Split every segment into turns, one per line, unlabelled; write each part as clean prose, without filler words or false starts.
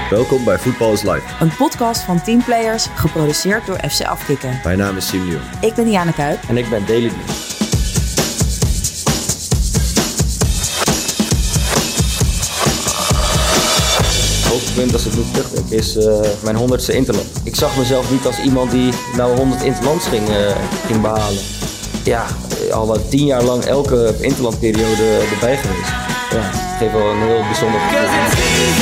Welkom bij Voetbal is Live.
Een podcast van teamplayers, geproduceerd door FC Afkikken.
Mijn naam is Siem de Jong.
Ik ben Diana Kuip.
En ik ben Daley Blind. Het hoogtepunt als ik nu terugdenk is mijn 100ste interland. Ik zag mezelf niet als iemand die nou 100 interlands ging behalen. Ja, al wat 10 jaar lang elke interlandperiode erbij geweest. Ja, het geeft wel een heel bijzonder gevoel.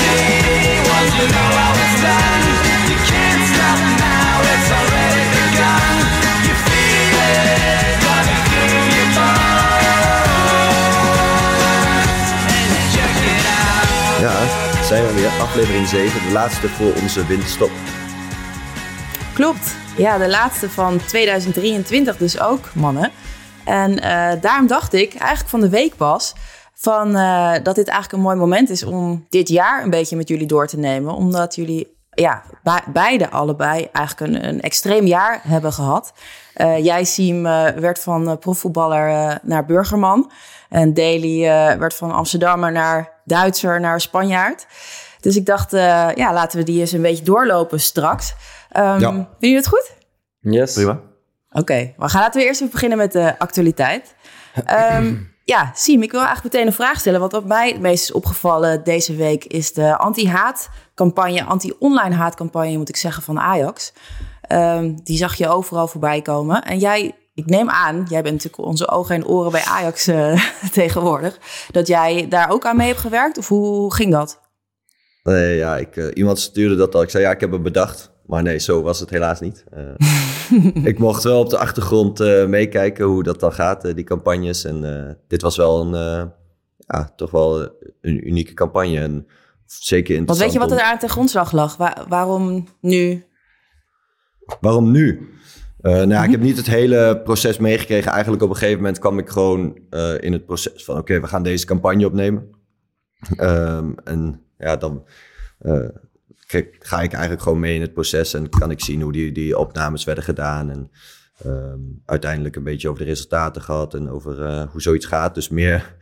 Ja, zijn we weer. Aflevering 7, de laatste voor onze winterstop.
Klopt. Ja, de laatste van 2023 dus ook, mannen. En daarom dacht ik, eigenlijk van de week pas, dat dit eigenlijk een mooi moment is om dit jaar een beetje met jullie door te nemen. Omdat jullie allebei eigenlijk een extreem jaar hebben gehad. Jij, Siem, werd van profvoetballer naar burgerman. En Daley werd van Amsterdammer naar Duitser naar Spanjaard. Dus ik dacht, laten we die eens een beetje doorlopen straks. Vinden jullie het goed?
Yes.
Prima.
Oké, laten we eerst even beginnen met de actualiteit. Siem, ik wil eigenlijk meteen een vraag stellen. Wat mij het meest is opgevallen deze week is de anti-online haatcampagne, moet ik zeggen, van Ajax. Die zag je overal voorbij komen. En ik neem aan, jij bent natuurlijk onze ogen en oren bij Ajax tegenwoordig, dat jij daar ook aan mee hebt gewerkt? Of hoe ging dat?
Nee, iemand stuurde dat al. Ik zei, ik heb het bedacht. Maar nee, zo was het helaas niet. Ik mocht wel op de achtergrond meekijken hoe dat dan gaat, die campagnes. En dit was wel toch wel een unieke campagne. En zeker interessant.
Want weet je wat er aan ten grondslag lag? Waarom nu?
Waarom nu? Ik heb niet het hele proces meegekregen. Eigenlijk op een gegeven moment kwam ik gewoon in het proces van, oké, we gaan deze campagne opnemen. Dan ga ik eigenlijk gewoon mee in het proces en kan ik zien hoe die opnames werden gedaan. En uiteindelijk een beetje over de resultaten gehad en over hoe zoiets gaat. Dus meer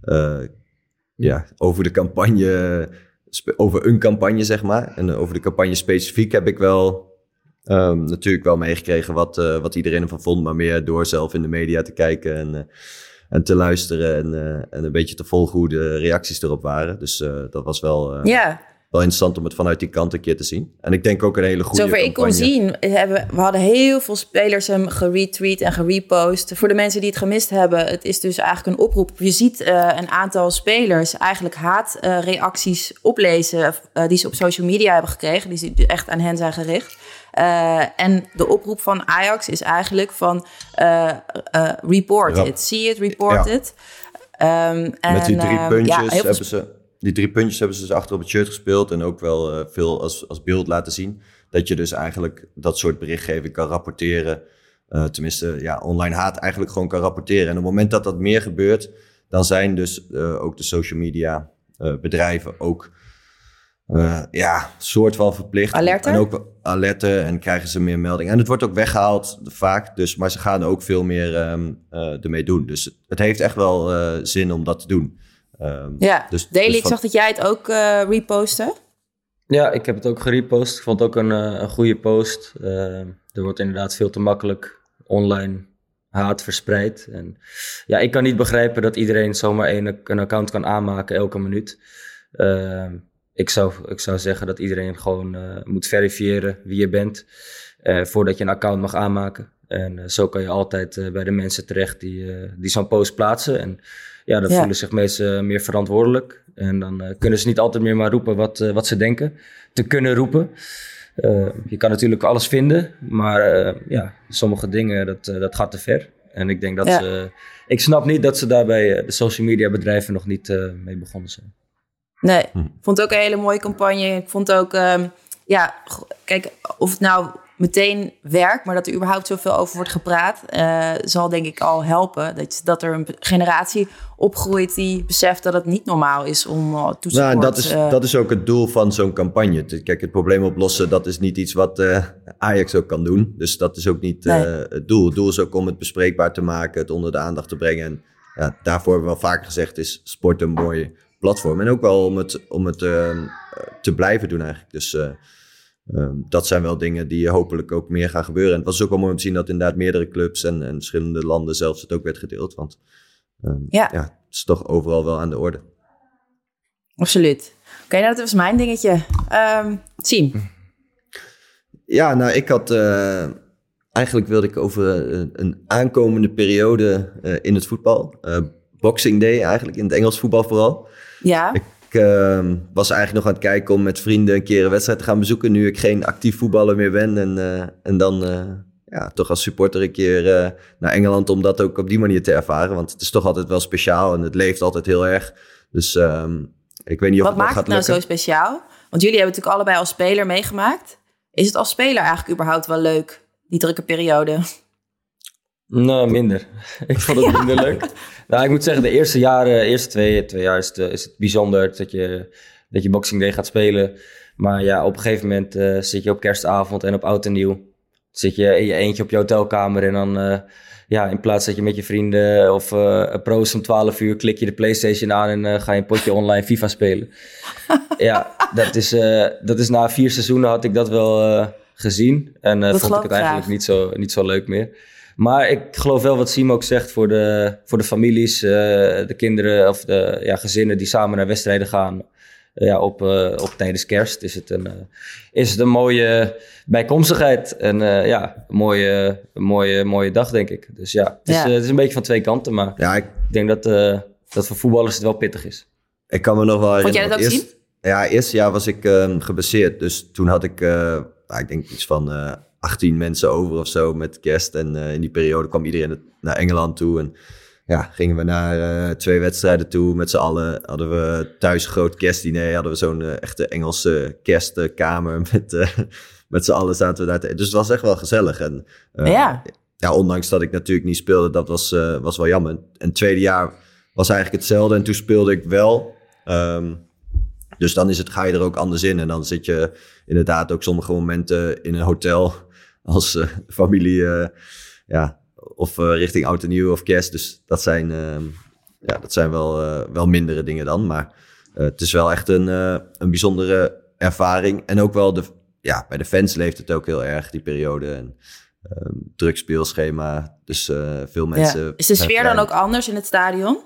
over de campagne, over een campagne zeg maar. En over de campagne specifiek heb ik wel natuurlijk wel meegekregen wat iedereen ervan vond. Maar meer door zelf in de media te kijken en te luisteren en een beetje te volgen hoe de reacties erop waren. Dus dat was wel... Wel interessant om het vanuit die kant een keer te zien. En ik denk ook een hele goede
campagne. Zover ik kon zien, we hadden heel veel spelers hem geretweet en gerepost. Voor de mensen die het gemist hebben, het is dus eigenlijk een oproep. Je ziet een aantal spelers eigenlijk haatreacties oplezen die ze op social media hebben gekregen, die echt aan hen zijn gericht. En de oproep van Ajax is eigenlijk van report it. See it, report it.
Met die 3 puntjes Die 3 puntjes hebben ze dus achter op het shirt gespeeld en ook wel veel als beeld laten zien. Dat je dus eigenlijk dat soort berichtgeving kan rapporteren. Online haat eigenlijk gewoon kan rapporteren. En op het moment dat dat meer gebeurt, dan zijn dus ook de social media bedrijven ook soort van verplicht.
Alerten?
En ook alerten en krijgen ze meer meldingen. En het wordt ook weggehaald vaak, maar ze gaan ook veel meer ermee doen. Dus het heeft echt wel zin om dat te doen.
Daley, ik zag dat jij het ook repostte.
Ja, ik heb het ook gerepost. Ik vond het ook een goede post. Er wordt inderdaad veel te makkelijk online haat verspreid. En ik kan niet begrijpen dat iedereen zomaar een account kan aanmaken elke minuut. Ik zou zeggen dat iedereen gewoon moet verifiëren wie je bent voordat je een account mag aanmaken. En zo kan je altijd bij de mensen terecht die zo'n post plaatsen. En dan voelen zich mensen meer verantwoordelijk. En dan kunnen ze niet altijd meer maar roepen wat ze denken te kunnen roepen. Je kan natuurlijk alles vinden, maar sommige dingen, dat gaat te ver. En ik denk dat ik snap niet dat ze daarbij de social media bedrijven nog niet mee begonnen zijn.
Nee, ik vond het ook een hele mooie campagne. Ik vond ook, kijk, of het nou meteen werkt, maar dat er überhaupt zoveel over wordt gepraat, zal denk ik al helpen. Dat er een generatie opgroeit die beseft dat het niet normaal is om toetsenbord...
Dat is ook het doel van zo'n campagne. Kijk, het probleem oplossen, dat is niet iets wat Ajax ook kan doen. Dus dat is ook niet het doel. Het doel is ook om het bespreekbaar te maken, het onder de aandacht te brengen. En daarvoor hebben we wel vaker gezegd, is sport een platform. En ook wel om het te blijven doen eigenlijk. Dus dat zijn wel dingen die hopelijk ook meer gaan gebeuren. En het was ook wel mooi om te zien dat inderdaad meerdere clubs en verschillende landen zelfs het ook werd gedeeld. Want het is toch overal wel aan de orde.
Absoluut. Oké, nou dat was mijn dingetje. Siem.
Ja, nou ik had... eigenlijk wilde ik over een aankomende periode in het voetbal. Boxing Day eigenlijk, in het Engels voetbal vooral.
Ja.
Ik was eigenlijk nog aan het kijken om met vrienden een keer een wedstrijd te gaan bezoeken. Nu ik geen actief voetballer meer ben. En dan toch als supporter een keer naar Engeland om dat ook op die manier te ervaren. Want het is toch altijd wel speciaal en het leeft altijd heel erg. Dus ik weet niet of
Wat maakt het nou zo speciaal? Want jullie hebben natuurlijk allebei als speler meegemaakt. Is het als speler eigenlijk überhaupt wel leuk, die drukke periode?
Nou, minder. Ik vond het minder leuk. Nou, ik moet zeggen, de eerste twee jaar is het bijzonder dat je Boxing Day gaat spelen. Maar ja, op een gegeven moment zit je op kerstavond en op oud en nieuw. Zit je in je eentje op je hotelkamer en dan... in plaats dat je met je vrienden of proost om 12 uur... klik je de PlayStation aan en ga je een potje online FIFA spelen. Ja, dat is na 4 seizoenen had ik dat wel gezien. En vond ik het eigenlijk niet zo leuk meer. Maar ik geloof wel wat Siem ook zegt voor de families, de kinderen of de gezinnen die samen naar wedstrijden gaan. Op tijdens kerst is het een mooie bijkomstigheid en een mooie dag, denk ik. Dus het is een beetje van twee kanten, maar ik denk dat voor voetballers het wel pittig is.
Ik kan me nog wel herinneren.
Vond jij dat ook zien?
Ja, eerste jaar was ik geblesseerd, dus toen had ik, ik denk iets van 18 mensen over of zo met kerst. En in die periode kwam iedereen naar Engeland toe en... Ja, gingen we naar 2 wedstrijden toe. Met z'n allen hadden we thuis een groot kerstdiner. Hadden we zo'n echte Engelse kerstkamer. Met z'n allen zaten we daar. Dus het was echt wel gezellig. En ondanks dat ik natuurlijk niet speelde, dat was wel jammer. En het tweede jaar was eigenlijk hetzelfde. En toen speelde ik wel. Dus dan ga je er ook anders in. En dan zit je inderdaad ook sommige momenten in een hotel als familie... Of richting oud en nieuw of kerst. Dus dat zijn wel mindere dingen dan. Maar het is wel echt een bijzondere ervaring. En ook wel bij de fans leeft het ook heel erg, die periode. En druk speelschema. Dus veel mensen...
Ja. Is de sfeer dan ook anders in het stadion?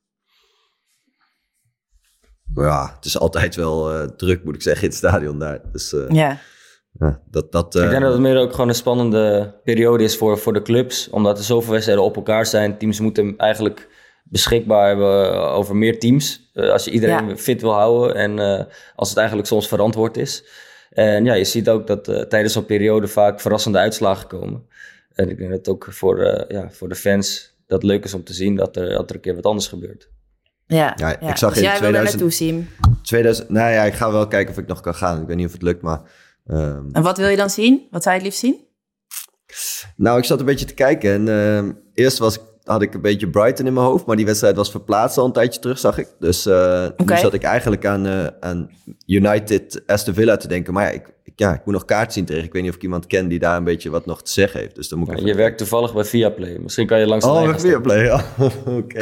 Ja, het is altijd wel druk, moet ik zeggen, in het stadion daar. Dus
ik denk dat het meer ook gewoon een spannende periode is voor de clubs. Omdat er zoveel wedstrijden op elkaar zijn. Teams moeten eigenlijk beschikbaar hebben over meer teams. Als je iedereen fit wil houden. En als het eigenlijk soms verantwoord is. En je ziet ook dat tijdens zo'n periode vaak verrassende uitslagen komen. En ik denk dat ook voor de fans dat leuk is om te zien dat er een keer wat anders gebeurt.
Ik zag
dus
in
jij wil er naartoe zien?
Ik ga wel kijken of ik nog kan gaan. Ik weet niet of het lukt, maar...
En wat wil je dan zien? Wat zou je het liefst zien?
Nou, ik zat een beetje te kijken. En eerst had ik een beetje Brighton in mijn hoofd. Maar die wedstrijd was verplaatst al een tijdje terug, zag ik. Dus nu zat ik eigenlijk aan United Aston Villa te denken. Maar ik moet nog kaart zien tegen. Ik weet niet of ik iemand ken die daar een beetje wat nog te zeggen heeft. Dus dan moet ik
je werkt toevallig bij Viaplay. Misschien kan je langs de lijn gaan.
Bij Viaplay, ja. Oké.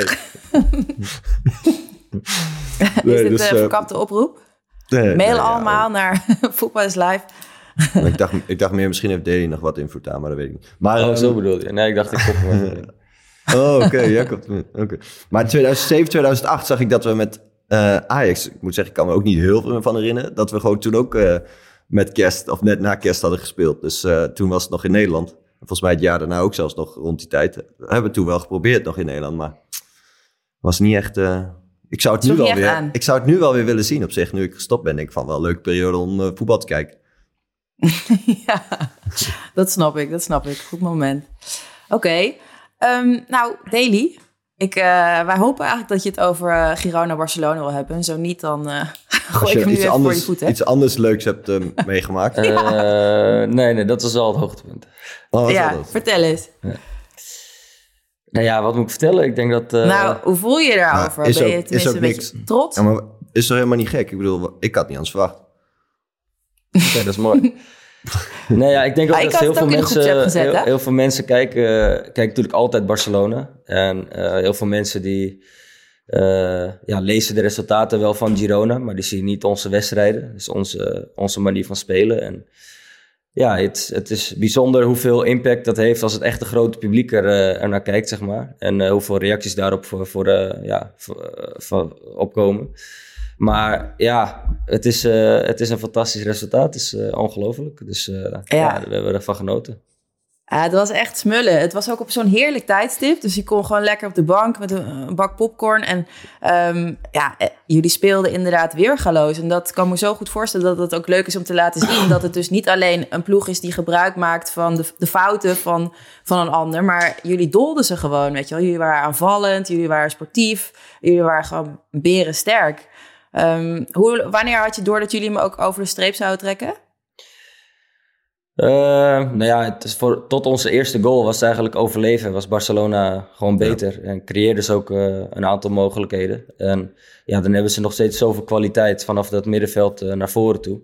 Is dit een verkapte oproep? Mail allemaal naar Voetbal is Live.
Ik dacht meer, misschien heeft Deli nog wat invloed aan, maar dat weet ik niet. Maar,
zo bedoel je. Nee, ik dacht ik kop hem.
Oké, Jacob. Okay. Maar in 2007, 2008 zag ik dat we met Ajax... Ik moet zeggen, ik kan me ook niet heel veel van herinneren... dat we gewoon toen ook met kerst, of net na kerst hadden gespeeld. Dus toen was het nog in Nederland. Volgens mij het jaar daarna ook zelfs nog rond die tijd. We hebben het toen wel geprobeerd nog in Nederland, maar... was niet echt... Ik zou het nu wel weer willen zien op zich. Nu ik gestopt ben, denk ik van wel een leuke periode om voetbal te kijken.
Ja, dat snap ik. Goed moment. Oké. Nou, Deli. Wij hopen eigenlijk dat je het over Girona-Barcelona wil hebben. Zo niet, dan gooi ik hem nu even voor je voeten.
Iets anders leuks hebt meegemaakt.
Nee, dat was wel het hoogtepunt.
Vertel eens.
Ja. Nou ja, wat moet ik vertellen? Ik denk dat...
hoe voel je je daarover? Ben je tenminste een beetje trots?
Ja, maar is toch helemaal niet gek? Ik bedoel, ik had niet anders verwacht.
Oké, dat is mooi. Ik denk ook dat heel veel mensen kijken natuurlijk altijd Barcelona. En heel veel mensen die lezen de resultaten wel van Girona, maar die zien niet onze wedstrijden. Dus onze manier van spelen. En ja, het is bijzonder hoeveel impact dat heeft als het echt een grote publiek er naar kijkt, zeg maar. En hoeveel reacties daarop voor opkomen. Maar ja, het is een fantastisch resultaat. Het is ongelooflijk. Dus we hebben ervan genoten.
Ja, het was echt smullen. Het was ook op zo'n heerlijk tijdstip. Dus je kon gewoon lekker op de bank met een bak popcorn. En jullie speelden inderdaad weergaloos. En dat kan me zo goed voorstellen dat het ook leuk is om te laten zien. Dat het dus niet alleen een ploeg is die gebruik maakt van de fouten van een ander. Maar jullie dolden ze gewoon, weet je wel. Jullie waren aanvallend, jullie waren sportief. Jullie waren gewoon berensterk. Wanneer had je door dat jullie hem ook over de streep zouden trekken?
Tot onze eerste goal was het eigenlijk overleven. Was Barcelona gewoon beter. Ja. En creëerden ze ook een aantal mogelijkheden. En ja, dan hebben ze nog steeds zoveel kwaliteit vanaf dat middenveld naar voren toe.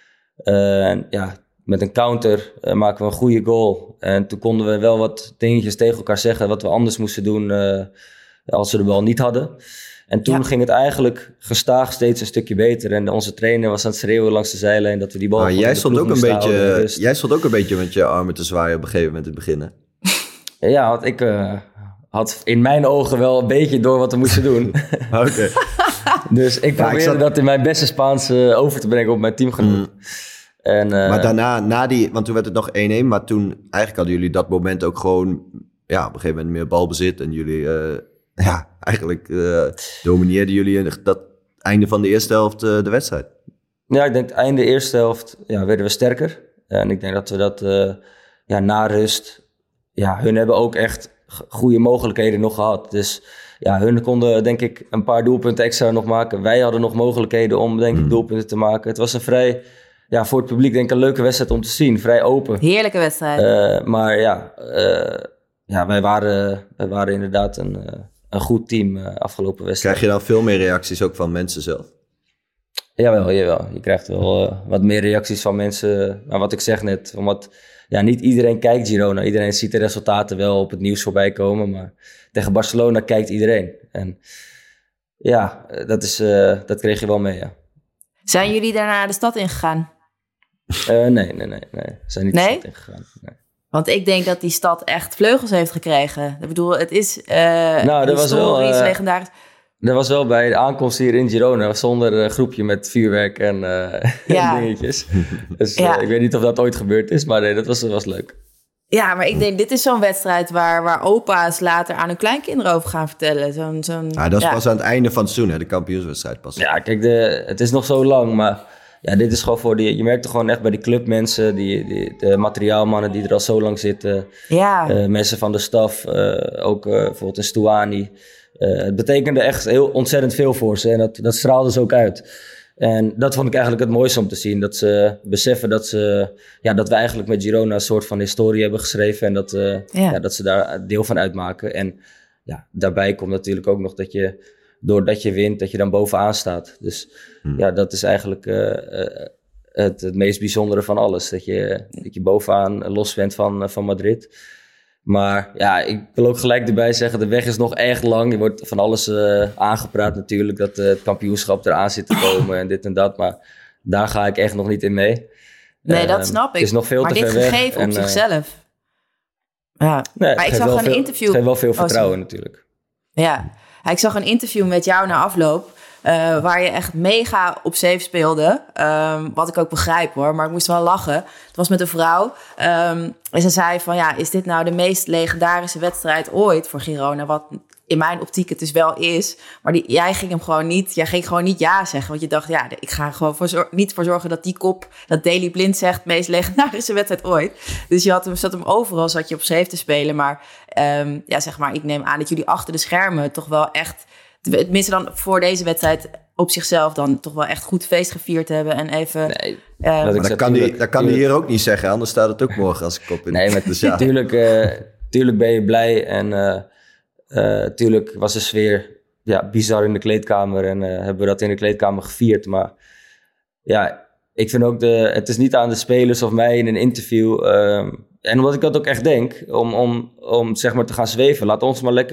Met een counter maken we een goede goal. En toen konden we wel wat dingetjes tegen elkaar zeggen wat we anders moesten doen als we de bal niet hadden. En toen ging het eigenlijk gestaag steeds een stukje beter. En onze trainer was aan het schreeuwen langs de zijlijn dat we die bal...
Maar jij stond ook een beetje met je armen te zwaaien op een gegeven moment in het begin.
Ja, want ik had in mijn ogen wel een beetje door wat we moesten doen.
Oké.
Dus ik probeerde dat in mijn beste Spaans over te brengen op mijn teamgenoot.
Maar daarna, want toen werd het nog 1-1. Maar toen eigenlijk hadden jullie dat moment ook gewoon... Ja, op een gegeven moment meer balbezit. En jullie... eigenlijk domineerden jullie dat einde van de eerste helft de wedstrijd.
Ja, ik denk het einde eerste helft werden we sterker. En ik denk dat we dat na rust... Ja, hun hebben ook echt goede mogelijkheden nog gehad. Dus ja, hun konden denk ik een paar doelpunten extra nog maken. Wij hadden nog mogelijkheden om denk ik doelpunten te maken. Het was een vrij... Ja, voor het publiek denk ik een leuke wedstrijd om te zien. Vrij open.
Heerlijke wedstrijd.
Wij waren inderdaad een goed team afgelopen wedstrijd.
Krijg je dan veel meer reacties ook van mensen zelf?
Jawel. Je krijgt wel wat meer reacties van mensen. Maar wat ik zeg net, omdat niet iedereen kijkt Girona. Iedereen ziet de resultaten wel op het nieuws voorbij komen. Maar tegen Barcelona kijkt iedereen. En ja, dat kreeg je wel mee, ja.
Zijn jullie daarna de stad ingegaan?
Nee. Zijn niet de stad ingegaan, nee.
Want ik denk dat die stad echt vleugels heeft gekregen. Ik bedoel, het is
historisch,
legendarisch.
Dat was wel bij de aankomst hier in Girona. Zonder groepje met vuurwerk en dingetjes. Dus ik weet niet of dat ooit gebeurd is. Maar nee, dat was leuk.
Ja, maar ik denk, dit is zo'n wedstrijd waar opa's later aan hun kleinkinderen over gaan vertellen.
Dat is pas aan het einde van het seizoen, hè, de kampioenswedstrijd pas.
Ja, kijk, het is nog zo lang, maar... Ja, dit is gewoon voor je merkt er gewoon echt bij die clubmensen, de materiaalmannen die er al zo lang zitten. Ja. Mensen van de staf, ook bijvoorbeeld een Stuani. Het betekende echt heel ontzettend veel voor ze en dat straalde ze ook uit. En dat vond ik eigenlijk het mooiste om te zien. Dat ze beseffen dat we eigenlijk met Girona een soort van historie hebben geschreven. En dat ze daar deel van uitmaken. En ja, daarbij komt natuurlijk ook nog dat je... Doordat je wint, dat je dan bovenaan staat. Dus dat is eigenlijk het meest bijzondere van alles. Dat je bovenaan los bent van Madrid. Maar ja, ik wil ook gelijk erbij zeggen, de weg is nog echt lang. Je wordt van alles aangepraat natuurlijk. Dat het kampioenschap eraan zit te komen en dit en dat. Maar daar ga ik echt nog niet in mee.
Nee, dat snap ik.
Het is nog veel te ver weg.
Maar dit gegeven op zichzelf. Ja.
Nee,
maar ik zag een interview...
Het geeft wel veel vertrouwen natuurlijk.
Ja. Ik zag een interview met jou na afloop, waar je echt mega op safe speelde. Wat ik ook begrijp hoor, maar ik moest wel lachen. Het was met een vrouw. En ze zei van, is dit nou de meest legendarische wedstrijd ooit voor Girona? Wat in mijn optiek het dus wel is. Maar jij ging gewoon niet ja zeggen. Want je dacht, ik ga gewoon niet voor zorgen dat die kop, dat Daley Blind zegt, meest legendarische wedstrijd ooit. Dus zat hem overal, zat je op safe te spelen. Maar ik neem aan dat jullie achter de schermen toch wel echt, tenminste dan voor deze wedstrijd op zichzelf dan toch wel echt goed feest gevierd hebben. En even... Nee,
dat kan die hier ook niet zeggen, anders staat het ook morgen als ik kop in.
Nee, maar tuurlijk ben je blij en... Tuurlijk was de sfeer bizar in de kleedkamer en hebben we dat in de kleedkamer gevierd. Maar ja, ik vind ook het is niet aan de spelers of mij in een interview. En omdat ik dat ook echt denk, om zeg maar te gaan zweven. Laat ons maar lekker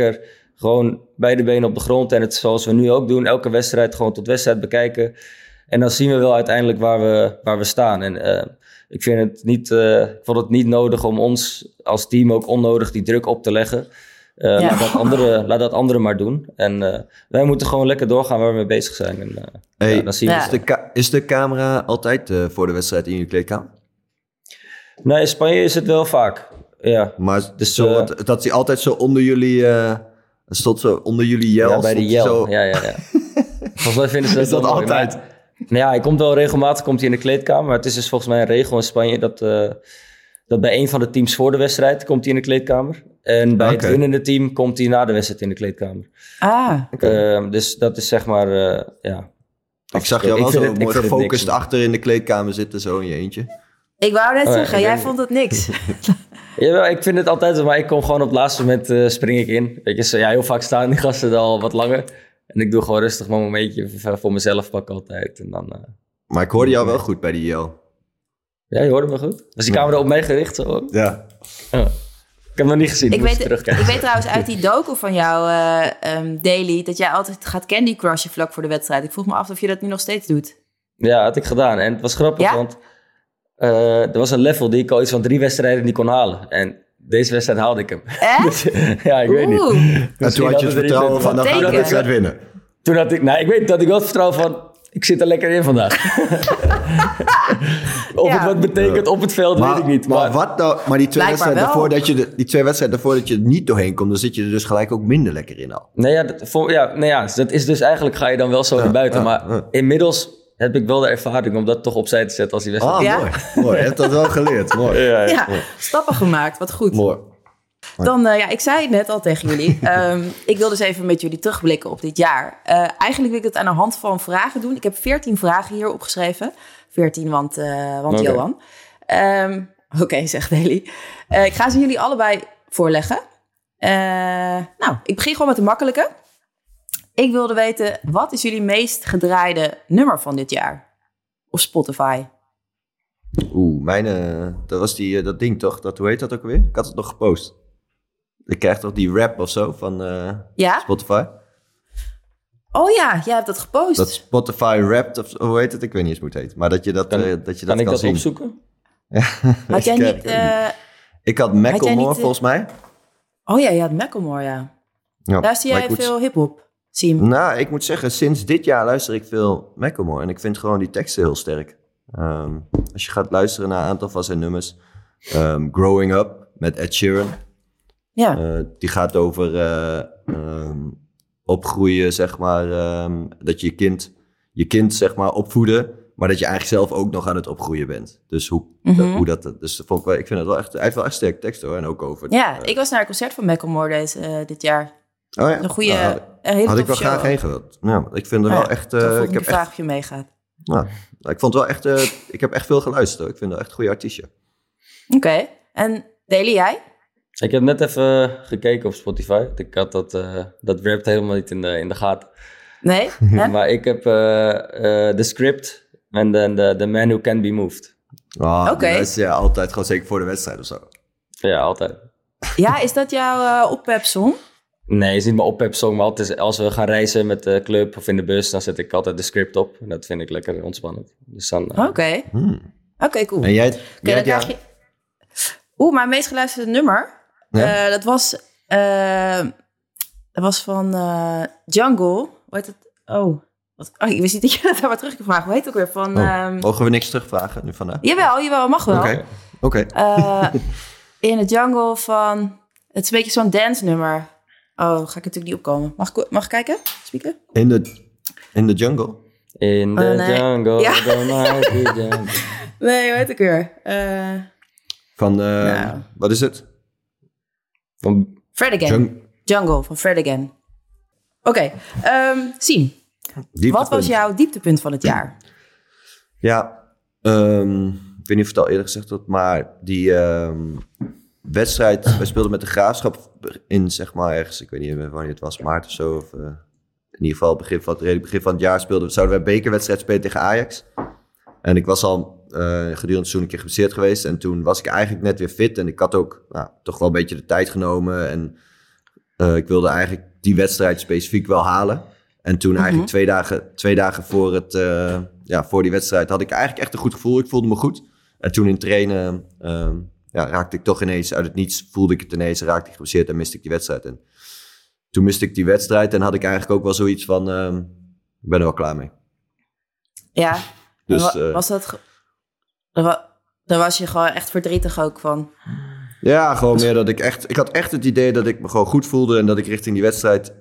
Gewoon beide benen op de grond en het zoals we nu ook doen. Elke wedstrijd gewoon tot wedstrijd bekijken. En dan zien we wel uiteindelijk waar we staan. En ik vond het niet nodig om ons als team ook onnodig die druk op te leggen. Laat dat anderen maar doen. En wij moeten gewoon lekker doorgaan waar we mee bezig zijn. En, dan zien we
is de camera altijd voor de wedstrijd in je kleedkamer?
Nee, in Spanje is het wel vaak. Ja.
Maar dus, dat hij altijd zo onder jullie... stond zo onder jullie jel.
Ja, bij de jel. Zo... Ja. Volgens mij vinden ze dat,
is dat altijd?
Nou ja, hij komt wel regelmatig in de kleedkamer. Maar het is dus volgens mij een regel in Spanje dat bij een van de teams voor de wedstrijd komt hij in de kleedkamer. En bij het winnende team komt hij na de wedstrijd in de kleedkamer. Dus dat is zeg maar,
Ik zag jou wel zo mooi gefocust achter in de kleedkamer zitten, zo in je eentje.
Ik wou net zeggen, jij vond het niks.
Jawel, ik vind het altijd zo, maar ik kom gewoon op het laatste moment spring ik in. Weet je, heel vaak staan die gasten er al wat langer. En ik doe gewoon rustig mijn momentje voor mezelf pakken altijd. En dan,
maar ik hoorde jou wel goed bij die jel.
Ja, je hoorde me goed. Was die camera op mij gericht? Zo?
Ja.
Ik heb hem nog niet gezien.
Ik weet trouwens uit die docu van jou, Daily, dat jij altijd gaat Candy Crushen vlak voor de wedstrijd. Ik vroeg me af of je dat nu nog steeds doet.
Ja, had ik gedaan. En het was grappig, want er was een level die ik al iets van 3 wedstrijden niet kon halen. En deze wedstrijd haalde ik hem.
Dus,
ja, ik weet niet.
En toen had je het vertrouwen van, dan ga je de wedstrijd winnen.
Toen had ik weet dat ik wel het vertrouwen van, ik zit er lekker in vandaag. Of het wat betekent op het veld, weet ik niet.
Maar wat nou? Maar die 2 wedstrijden daarvoor dat je er niet doorheen komt, dan zit je er dus gelijk ook minder lekker in al.
Dat is dus eigenlijk ga je dan wel zo naar buiten. Maar inmiddels heb ik wel de ervaring om dat toch opzij te zetten als die wedstrijd.
Mooi. Je hebt dat wel geleerd. Mooi.
Ja, stappen gemaakt. Wat goed.
Mooi.
Dan, ik zei het net al tegen jullie. Ik wil dus even met jullie terugblikken op dit jaar. Eigenlijk wil ik het aan de hand van vragen doen. Ik heb 14 vragen hier opgeschreven. 14, want Johan. Oké, zegt Deli. Ik ga ze jullie allebei voorleggen. Ik begin gewoon met de makkelijke. Ik wilde weten, wat is jullie meest gedraaide nummer van dit jaar? Op Spotify?
Mijne, dat was dat ding toch? Hoe heet dat ook weer? Ik had het nog gepost. Ik krijg toch die rap of zo van Spotify?
Oh ja, jij hebt dat gepost.
Dat Spotify Wrapped, of hoe heet het? Ik weet niet eens hoe het heet. Maar dat je dat kan zien.
Kan ik dat opzoeken?
Had jij niet...
ik had Macklemore volgens mij.
Oh ja, je had Macklemore, ja. Luister jij veel hiphop, Siem?
Nou, ik moet zeggen, sinds dit jaar luister ik veel Macklemore. En ik vind gewoon die teksten heel sterk. Als je gaat luisteren naar een aantal van zijn nummers. Growing Up met Ed Sheeran.
Ja.
Die gaat over opgroeien, zeg maar. Dat je je kind zeg maar opvoeden, maar dat je eigenlijk zelf ook nog aan het opgroeien bent. Dus hoe dat... Dus dat vond ik wel, ik vind het wel echt... Hij heeft wel echt sterke tekst hoor. En ook over...
ik was naar een concert van Macklemore dit jaar.
Oh ja?
Een goede... had
ik wel graag heen gehad. Ja, ik vind er wel echt...
ik heb vraag of je meegaat.
Nou, ik vond wel echt... ik heb echt veel geluisterd hoor. Ik vind het echt een goede artiestje.
Oké. En Daily, jij?
Ik heb net even gekeken op Spotify. Ik had dat rapt helemaal niet in de gaten.
Nee?
Maar ik heb The Script en The Man Who Can't Be Moved.
Oké. Dat is altijd gewoon zeker voor de wedstrijd of zo.
Ja, altijd.
Ja, is dat jouw oppep-song?
Nee, het is niet mijn oppep-song, maar altijd, als we gaan reizen met de club of in de bus, dan zet ik altijd The Script op. En dat vind ik lekker ontspannend. Dus dan...
Oké, cool.
En jij
dan krijg je... mijn meest geluisterde nummer... Ja? Dat was van Jungle. Hoe heet het? Ik wist niet dat je dat daar maar terug kon vragen. Hoe heet het ook weer? Van,
mogen we niks terugvragen nu vandaag?
Jawel, mag wel.
Oké.
In de Jungle van... Het is een beetje zo'n dance nummer. Ga ik natuurlijk niet opkomen. Mag ik kijken? Spieken?
In de Jungle?
In the jungle, the mighty jungle.
Nee, hoe heet ik weer?
Wat is het?
Van
Fred Again. Jungle van Fred Again. Oké, Siem. Wat was jouw dieptepunt van het jaar?
Ja, ik weet niet of het al eerder gezegd had, maar die wedstrijd, wij speelden met de Graafschap in, zeg maar, ergens, ik weet niet wanneer het was, maart of zo, of in ieder geval begin van het jaar zouden wij een bekerwedstrijd spelen tegen Ajax. En ik was al gedurende het seizoen een keer geblesseerd geweest. En toen was ik eigenlijk net weer fit. En ik had ook toch wel een beetje de tijd genomen. En ik wilde eigenlijk die wedstrijd specifiek wel halen. En toen eigenlijk 2 dagen voor die wedstrijd had ik eigenlijk echt een goed gevoel. Ik voelde me goed. En toen in trainen raakte ik toch ineens uit het niets, voelde ik het ineens, raakte ik geblesseerd en miste ik die wedstrijd. En toen miste ik die wedstrijd en had ik eigenlijk ook wel zoiets van, ik ben er wel klaar mee.
Ja,
Dus,
was dat... Daar was je gewoon echt verdrietig ook van.
Ja, gewoon meer dat ik had echt het idee dat ik me gewoon goed voelde en dat ik richting die wedstrijd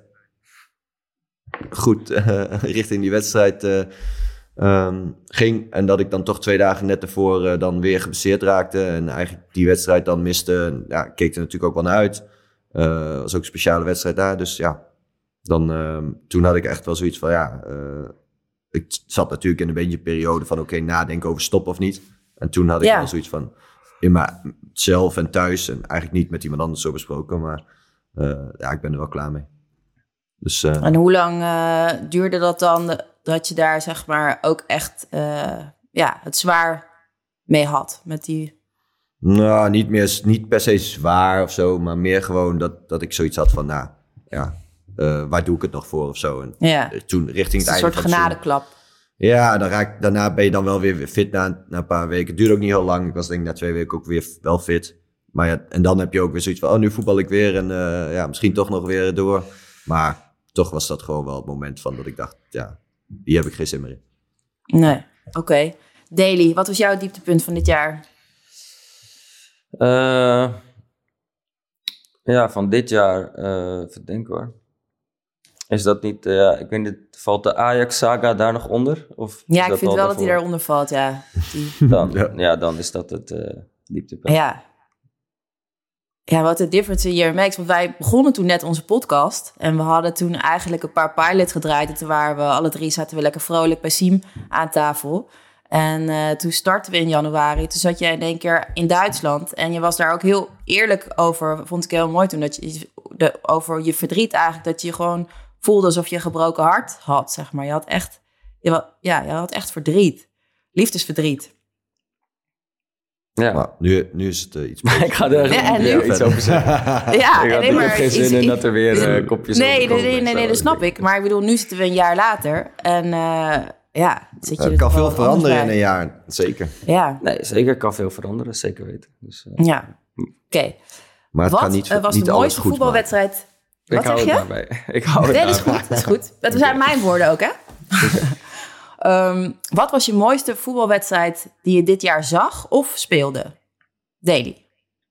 ging. En dat ik dan toch 2 dagen net ervoor dan weer geblesseerd raakte en eigenlijk die wedstrijd dan miste. En, ja, ik keek er natuurlijk ook wel naar uit. Was ook een speciale wedstrijd daar, dus ja. Toen had ik echt wel zoiets van, ik zat natuurlijk in een beetje een periode van, oké, nadenken over stoppen of niet. En toen had ik wel zoiets van, in mezelf en thuis, en eigenlijk niet met iemand anders zo besproken, maar ik ben er wel klaar mee. Dus,
en hoe lang duurde dat dan, dat je daar zeg maar ook echt het zwaar mee had met die...
Nou, niet per se zwaar of zo, maar meer gewoon dat ik zoiets had van, waar doe ik het nog voor of zo. En toen richting het einde
een soort genadeklap.
Ja, daarna ben je dan wel weer fit na een paar weken. Het duurde ook niet heel lang. Ik was denk ik na 2 weken ook weer wel fit. Maar ja, en dan heb je ook weer zoiets van, nu voetbal ik weer en misschien toch nog weer door. Maar toch was dat gewoon wel het moment van dat ik dacht, hier heb ik geen zin meer in.
Nee, oké. Daly, wat was jouw dieptepunt van dit jaar?
Van dit jaar, even denken hoor. Is dat niet, ik weet niet, valt de Ajax-saga daar nog onder? Of
ja, ik vind wel dat hij daaronder valt, ja.
Dan is dat het dieptepunt.
Ja, wat de difference hier makes. Want wij begonnen toen net onze podcast. En we hadden toen eigenlijk een paar pilots gedraaid. En toen waren we alle 3, zaten we lekker vrolijk bij Siem aan tafel. En toen startten we in januari. Toen zat jij in één keer in Duitsland. En je was daar ook heel eerlijk over. Vond ik heel mooi toen. Dat je over je verdriet eigenlijk. Dat je gewoon voelde alsof je een gebroken hart had, zeg maar. Je had echt verdriet. Liefdesverdriet.
Ja. Maar nu is het iets
beter. Ik ga er iets over zeggen. Ik had geen zin in dat er weer kopjes
Nee, dat snap ik. Maar ik bedoel, nu zitten we een jaar later. En
het kan veel veranderen in een jaar, zeker.
Ja.
Nee, zeker kan veel veranderen, zeker weten. Dus,
oké.
Maar het kan niet
was de mooiste voetbalwedstrijd? Wat zeg je?
Ik hou het
daarbij. Dat is goed. Dat zijn mijn woorden ook, hè? Wat was je mooiste voetbalwedstrijd die je dit jaar zag of speelde? Daly.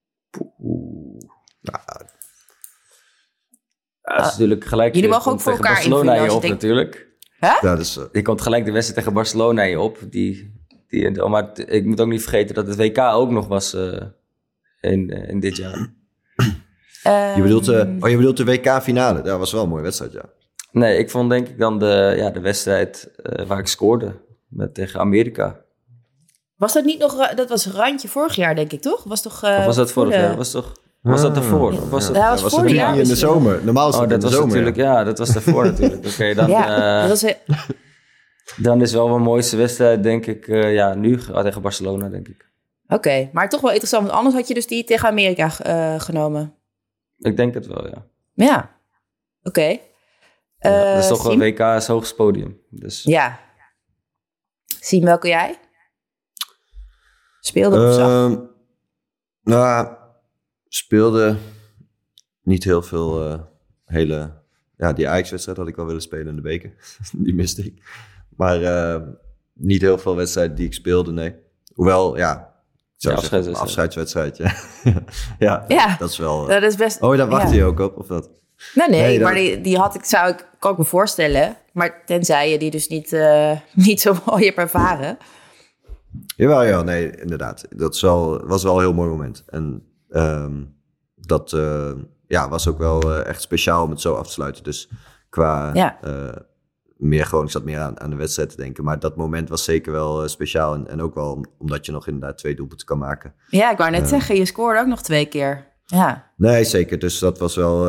Het is natuurlijk gelijk.
Jullie mogen ook voor elkaar
Barcelona in je op natuurlijk.
Hè?
Ja, dus,
je komt gelijk de wedstrijd tegen Barcelona in je op. Maar ik moet ook niet vergeten dat het WK ook nog was in dit jaar.
Je bedoelt de WK-finale? Dat was wel een mooie wedstrijd, ja.
Nee, ik vond denk ik dan de wedstrijd waar ik scoorde tegen Amerika.
Was dat niet nog... Dat was randje vorig jaar, denk ik, toch? Was toch...
of was dat vorig jaar? Was dat ervoor? Of was
dat was vorig jaar
in de zomer. Normaal is het in de zomer.
Natuurlijk, ja, dat was daarvoor natuurlijk. Oké, dan...
dat was...
Dan is wel mijn mooiste wedstrijd, denk ik, nu tegen Barcelona, denk ik.
Oké, maar toch wel interessant, want anders had je dus die tegen Amerika genomen.
Ik denk het wel, ja.
Ja, oké.
Dat is toch wel WK's hoogste podium. Dus.
Ja. Siem, welke jij? Speelde of zag?
Speelde niet heel veel die Ajax-wedstrijd had ik wel willen spelen in de beker. Die miste ik. Maar niet heel veel wedstrijden die ik speelde, nee. Hoewel, afscheidswedstrijd, ja. Dat is wel...
dat is best...
daar wacht je ook op, of wat?
Nee, maar die kan ik me voorstellen. Maar tenzij je die dus niet zo mooi hebt ervaren.
Jawel, nee, inderdaad. Dat was wel een heel mooi moment. En dat was ook wel echt speciaal om het zo af te sluiten. Dus qua meer gewoon, ik zat meer aan de wedstrijd te denken. Maar dat moment was zeker wel speciaal. En ook wel omdat je nog inderdaad 2 doelpunten kan maken.
Ja, ik wou net zeggen, je scoorde ook nog 2 keer. Ja.
Nee, zeker. Dus dat was wel,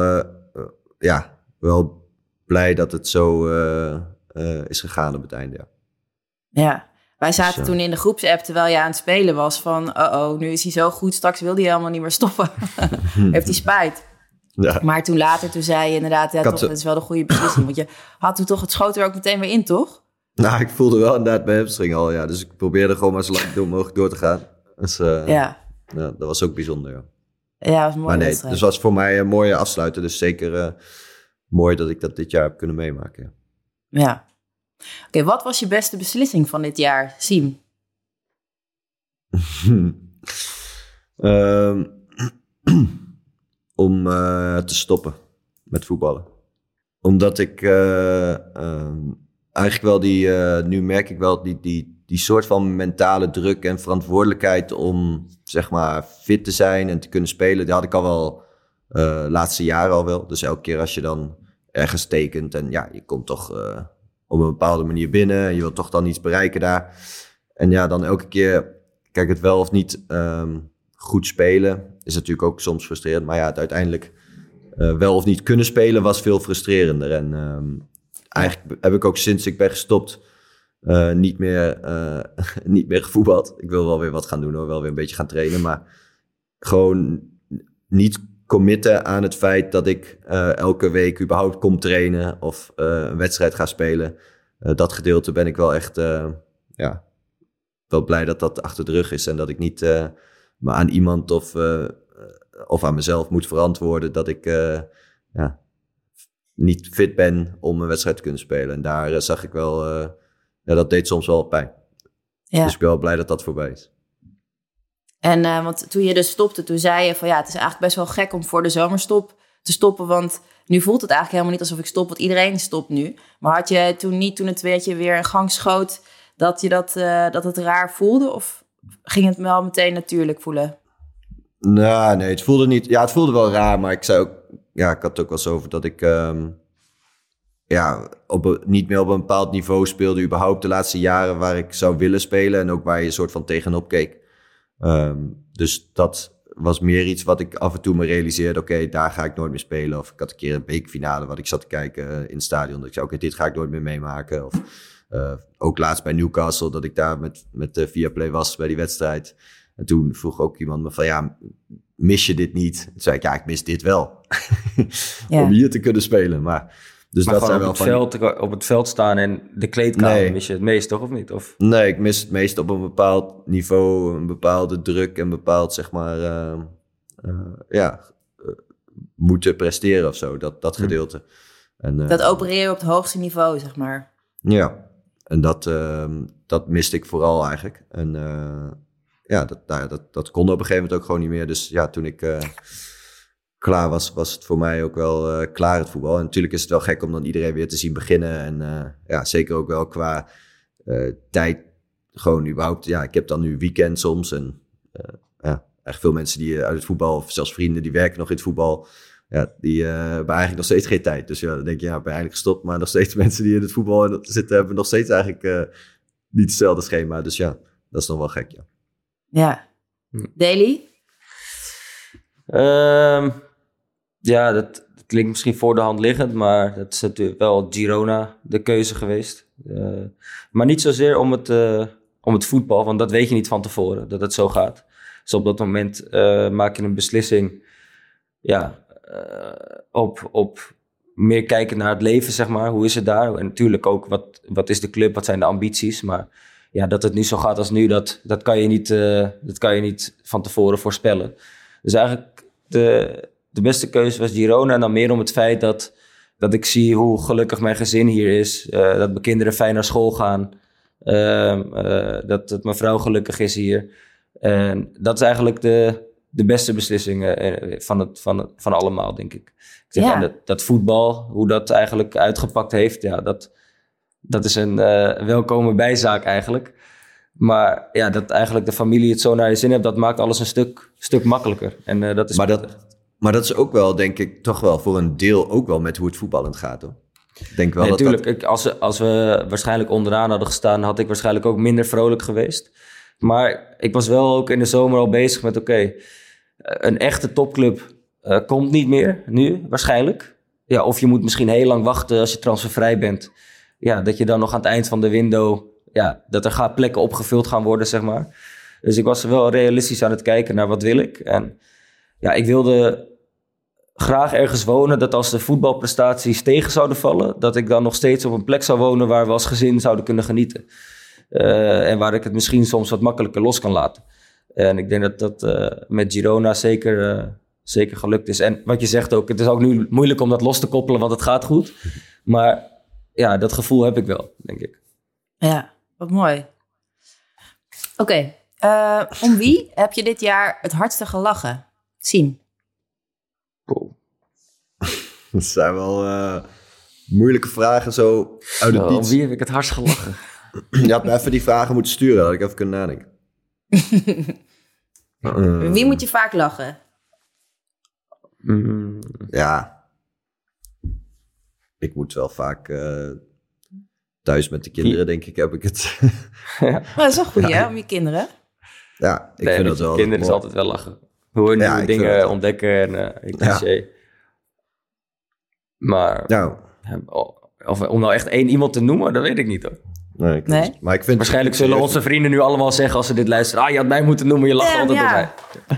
wel blij dat het zo is gegaan op het einde,
Ja. Wij zaten toen in de groepsapp terwijl je aan het spelen was van... nu is hij zo goed, straks wil hij helemaal niet meer stoppen. Heeft hij spijt.
Ja.
Maar toen zei je inderdaad, ja, toch, dat is wel de goede beslissing. Want je had toen toch, het schoot er ook meteen weer in, toch?
Nou, ik voelde wel inderdaad mijn hamstring al, ja. Dus ik probeerde gewoon maar zo lang mogelijk door te gaan. Dus ja, dat was ook bijzonder, ja.
Ja, dat was mooi.
Maar nee, dus was voor mij een mooie afsluiter. Dus zeker mooi dat ik dat dit jaar heb kunnen meemaken.
Ja. Oké, wat was je beste beslissing van dit jaar, Siem?
Om te stoppen met voetballen. Omdat ik eigenlijk wel nu merk ik wel die soort van mentale druk en verantwoordelijkheid om zeg maar fit te zijn en te kunnen spelen. Die had ik al wel laatste jaren al wel. Dus elke keer als je dan ergens tekent en ja, je komt toch op een bepaalde manier binnen en je wilt toch dan iets bereiken daar. En ja, dan elke keer, kijk, het wel of niet goed spelen is natuurlijk ook soms frustrerend. Maar ja, het uiteindelijk wel of niet kunnen spelen was veel frustrerender. En eigenlijk heb ik ook sinds ik ben gestopt niet meer gevoetbald. Ik wil wel weer wat gaan doen hoor, wel weer een beetje gaan trainen. Maar gewoon niet committen aan het feit dat ik elke week überhaupt kom trainen of een wedstrijd ga spelen. Dat gedeelte ben ik wel echt wel blij dat dat achter de rug is. En dat ik niet me aan iemand of aan mezelf moet verantwoorden dat ik niet fit ben om een wedstrijd te kunnen spelen. En daar zag ik wel, dat deed soms wel pijn. Ja. Dus ik ben wel blij dat dat voorbij is.
En want toen je dus stopte, toen zei je van ja, het is eigenlijk best wel gek om voor de zomerstop te stoppen, want nu voelt het eigenlijk helemaal niet alsof ik stop, want iedereen stopt nu. Maar had je toen niet, toen het beetje weer in gang schoot, dat je dat het raar voelde? Of ging het wel meteen natuurlijk voelen?
Nou, nee, het voelde niet. Ja, het voelde wel raar, maar ik zei ook, ja, ik had het ook wel eens over dat ik niet meer op een bepaald niveau speelde, überhaupt de laatste jaren waar ik zou willen spelen en ook waar je een soort van tegenop keek. Dus dat was meer iets wat ik af en toe me realiseerde. Oké, daar ga ik nooit meer spelen. Of ik had een keer een bekerfinale wat ik zat te kijken in het stadion. Dat ik zei, oké, dit ga ik nooit meer meemaken. Of ook laatst bij Newcastle, dat ik daar met Viaplay was bij die wedstrijd. En toen vroeg ook iemand me van, ja, mis je dit niet? Toen zei ik, ja, ik mis dit wel. Om hier te kunnen spelen. Maar dat zijn wel
op het veld staan en de kleedkamer mis je het meest, toch? Of niet? Of?
Nee, ik mis het meest op een bepaald niveau, een bepaalde druk en bepaald, zeg maar, moeten presteren of zo. Dat gedeelte. En,
dat opereren op het hoogste niveau, zeg maar.
Ja, en dat miste ik vooral eigenlijk. En dat kon op een gegeven moment ook gewoon niet meer. Dus ja, toen ik klaar was het voor mij ook wel klaar, het voetbal. En natuurlijk is het wel gek om dan iedereen weer te zien beginnen. En zeker ook wel qua tijd gewoon überhaupt. Ja, ik heb dan nu weekend soms. En echt veel mensen die uit het voetbal, of zelfs vrienden die werken nog in het voetbal. Ja, die hebben eigenlijk nog steeds geen tijd. Dus ja, dan denk je, ja, ik ben eigenlijk gestopt. Maar nog steeds mensen die in het voetbal zitten, hebben nog steeds eigenlijk niet hetzelfde schema. Dus ja, dat is nog wel gek, ja.
Ja. Daily?
Ja, dat klinkt misschien voor de hand liggend, maar dat is natuurlijk wel Girona de keuze geweest. Maar niet zozeer om het voetbal, want dat weet je niet van tevoren, dat het zo gaat. Dus op dat moment maak je een beslissing op meer kijken naar het leven, zeg maar. Hoe is het daar? En natuurlijk ook, wat is de club, wat zijn de ambities? Maar ja, dat het nu zo gaat als nu, dat kan je niet van tevoren voorspellen. Dus eigenlijk de beste keuze was Girona. En dan meer om het feit dat ik zie hoe gelukkig mijn gezin hier is. Dat mijn kinderen fijn naar school gaan. Dat mijn vrouw gelukkig is hier. En dat is eigenlijk de beste beslissing van allemaal, denk ik. Ik zeg, dat voetbal, hoe dat eigenlijk uitgepakt heeft, ja, dat is een welkome bijzaak eigenlijk. Maar ja, dat eigenlijk de familie het zo naar je zin heeft, dat maakt alles een stuk makkelijker. En dat is
maar dat is ook wel, denk ik, toch wel voor een deel ook wel met hoe het voetballend gaat, hoor. Ik denk wel
natuurlijk. Als we waarschijnlijk onderaan hadden gestaan, had ik waarschijnlijk ook minder vrolijk geweest. Maar ik was wel ook in de zomer al bezig met, een echte topclub komt niet meer nu, waarschijnlijk. Ja, of je moet misschien heel lang wachten als je transfervrij bent. Ja, dat je dan nog aan het eind van de window, ja, dat er plekken opgevuld gaan worden, zeg maar. Dus ik was wel realistisch aan het kijken naar wat wil ik. En ja, ik wilde graag ergens wonen dat als de voetbalprestaties tegen zouden vallen, dat ik dan nog steeds op een plek zou wonen waar we als gezin zouden kunnen genieten. En waar ik het misschien soms wat makkelijker los kan laten. En ik denk dat dat met Girona zeker gelukt is. En wat je zegt ook, het is ook nu moeilijk om dat los te koppelen, want het gaat goed. Maar ja, dat gevoel heb ik wel, denk ik.
Ja, wat mooi. Oké, om wie heb je dit jaar het hardste gelachen? Siem.
Dat zijn wel moeilijke vragen zo uit het
Om
niets.
wie heb ik het hardst gelachen?
Je had me even die vragen moeten sturen, had ik even kunnen nadenken.
Wie moet je vaak lachen?
Ja. Ik moet wel vaak thuis met de kinderen, denk ik, heb ik het.
Maar dat is wel goed, hè, om je kinderen.
Ja, ik vind dat wel.
Kinderen is
mooi.
altijd wel lachen. Hoe nieuwe
ik vind
dingen
het wel.
ontdekken en cliché. Maar
Nou,
om nou echt één iemand te noemen, dat weet ik niet hoor.
nee.
Nee?
Maar ik vind
Waarschijnlijk zullen onze vrienden nu allemaal zeggen als ze dit luisteren. Je had mij moeten noemen, je lacht altijd op mij.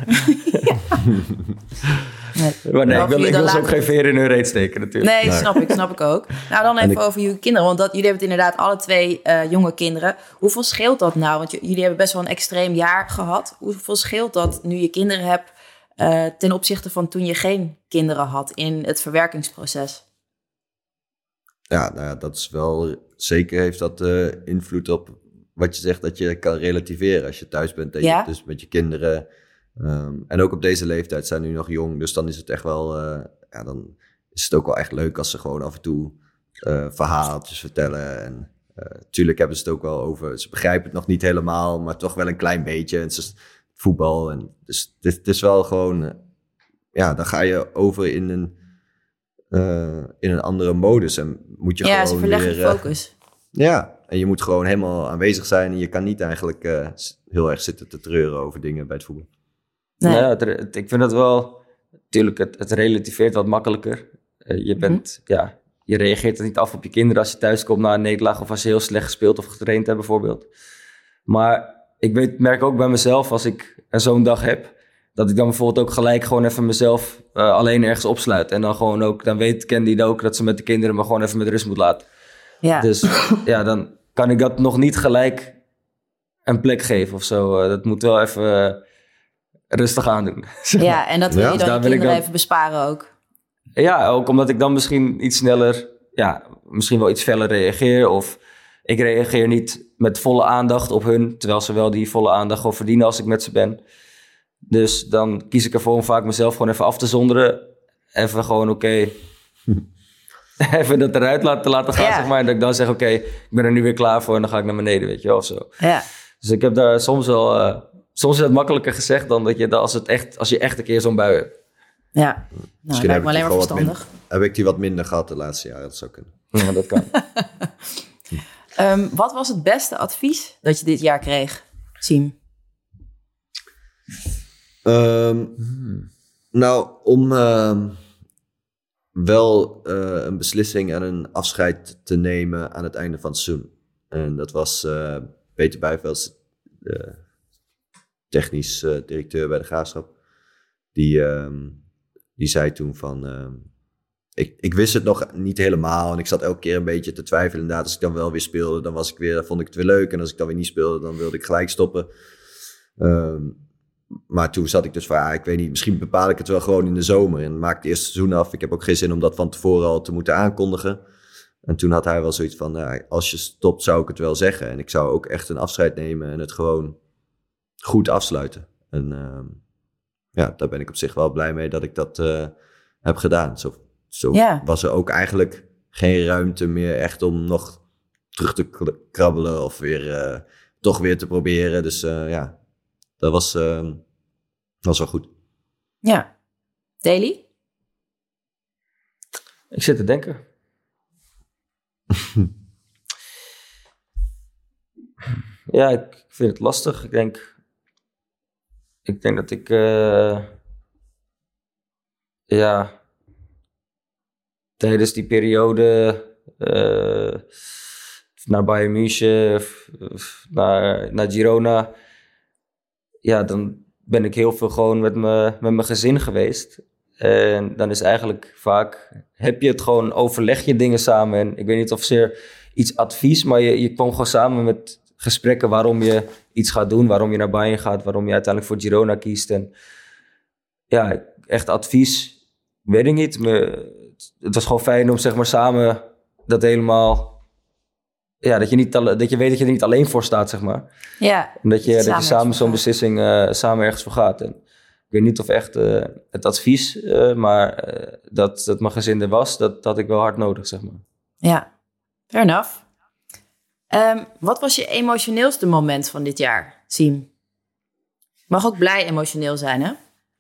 Maar nee, ik wil ze ook geen veren in hun reet steken natuurlijk.
Nee, snap ik ook. Nou, dan even over jullie kinderen. Want jullie hebben het inderdaad alle twee jonge kinderen. Hoeveel scheelt dat nou? Want jullie hebben best wel een extreem jaar gehad. Hoeveel scheelt dat nu je kinderen hebt ten opzichte van toen je geen kinderen had in het verwerkingsproces?
Ja, nou ja, dat is wel... Zeker heeft dat invloed op wat je zegt dat je kan relativeren als je thuis bent. En je hebt dus met je kinderen... en ook op deze leeftijd zijn nu nog jong. Dus dan is het echt wel... dan is het ook wel echt leuk als ze gewoon af en toe verhaaltjes vertellen. En natuurlijk hebben ze het ook wel over... Ze begrijpen het nog niet helemaal, maar toch wel een klein beetje. En voetbal. En dus het is wel gewoon... dan ga je over in een andere modus. En moet je gewoon
ze verleggen
weer,
je focus.
Ja, en je moet gewoon helemaal aanwezig zijn. En je kan niet eigenlijk heel erg zitten te treuren over dingen bij het voetbal.
Nee.
Nou ja, ik vind het wel... Natuurlijk, het relativeert wat makkelijker. Je bent... Je reageert er niet af op je kinderen als je thuis komt na een nederlaag... of als je heel slecht gespeeld of getraind hebt bijvoorbeeld. Maar ik merk ook bij mezelf als ik zo'n dag heb... dat ik dan bijvoorbeeld ook gelijk gewoon even mezelf alleen ergens opsluit. En dan gewoon ook... Dan weet Candy ook dat ze met de kinderen me gewoon even met rust moet laten. Ja. Dus dan kan ik dat nog niet gelijk een plek geven of zo. Dat moet wel even rustig aandoen.
Ja, en dat wil je dan je kinderen even besparen ook.
Ja, ook omdat ik dan misschien iets sneller... misschien wel iets feller reageer. Of ik reageer niet met volle aandacht op hun... terwijl ze wel die volle aandacht gewoon verdienen als ik met ze ben. Dus dan kies ik ervoor om vaak mezelf gewoon even af te zonderen. Even gewoon even dat eruit te laten gaan, zeg maar. En dat ik dan zeg, ik ben er nu weer klaar voor... en dan ga ik naar beneden, weet je wel, of zo.
Ja.
Dus ik heb daar soms wel... soms is het makkelijker gezegd dan dat je als je echt een keer zo'n bui hebt.
Ja, dat lijkt me alleen maar verstandig.
Heb ik die wat minder gehad de laatste jaren, dat zou kunnen.
Ja, dat kan.
Wat was het beste advies dat je dit jaar kreeg, Siem?
Nou, om wel een beslissing en een afscheid te nemen aan het einde van het seizoen. En dat was Peter Bijvels, de technisch directeur bij de Graafschap. Die zei toen van... Ik wist het nog niet helemaal en ik zat elke keer een beetje te twijfelen. Inderdaad, als ik dan wel weer speelde, dan vond ik het weer leuk. En als ik dan weer niet speelde, dan wilde ik gelijk stoppen. Maar toen zat ik dus van, ik weet niet, misschien bepaal ik het wel gewoon in de zomer. En maak het eerste seizoen af. Ik heb ook geen zin om dat van tevoren al te moeten aankondigen. En toen had hij wel zoiets van, als je stopt zou ik het wel zeggen. En ik zou ook echt een afscheid nemen en het gewoon goed afsluiten. En daar ben ik op zich wel blij mee dat ik dat heb gedaan. Zo was er ook eigenlijk geen ruimte meer echt om nog terug te krabbelen of weer toch weer te proberen. Dus dat was wel goed.
Ja. Daily?
Ik zit te denken. Ja, ik vind het lastig. Ik denk dat ik... tijdens die periode naar Bayern München of naar Girona... dan ben ik heel veel gewoon met mijn gezin geweest. En dan is eigenlijk vaak, heb je het gewoon, overleg je dingen samen. En ik weet niet of zeer iets advies, maar je kwam gewoon samen met gesprekken waarom je iets gaat doen, waarom je naar Bayern gaat, waarom je uiteindelijk voor Girona kiest. En ja, echt advies, weet ik niet. Het was gewoon fijn om zeg maar samen dat helemaal... Ja, dat je weet dat je er niet alleen voor staat, zeg maar.
Ja.
En dat je samen zo'n beslissing samen ergens voor gaat. En ik weet niet of echt het advies, maar dat mijn gezin er was, dat had ik wel hard nodig, zeg maar.
Ja, fair enough. Wat was je emotioneelste moment van dit jaar, Siem? Mag ook blij emotioneel zijn, hè?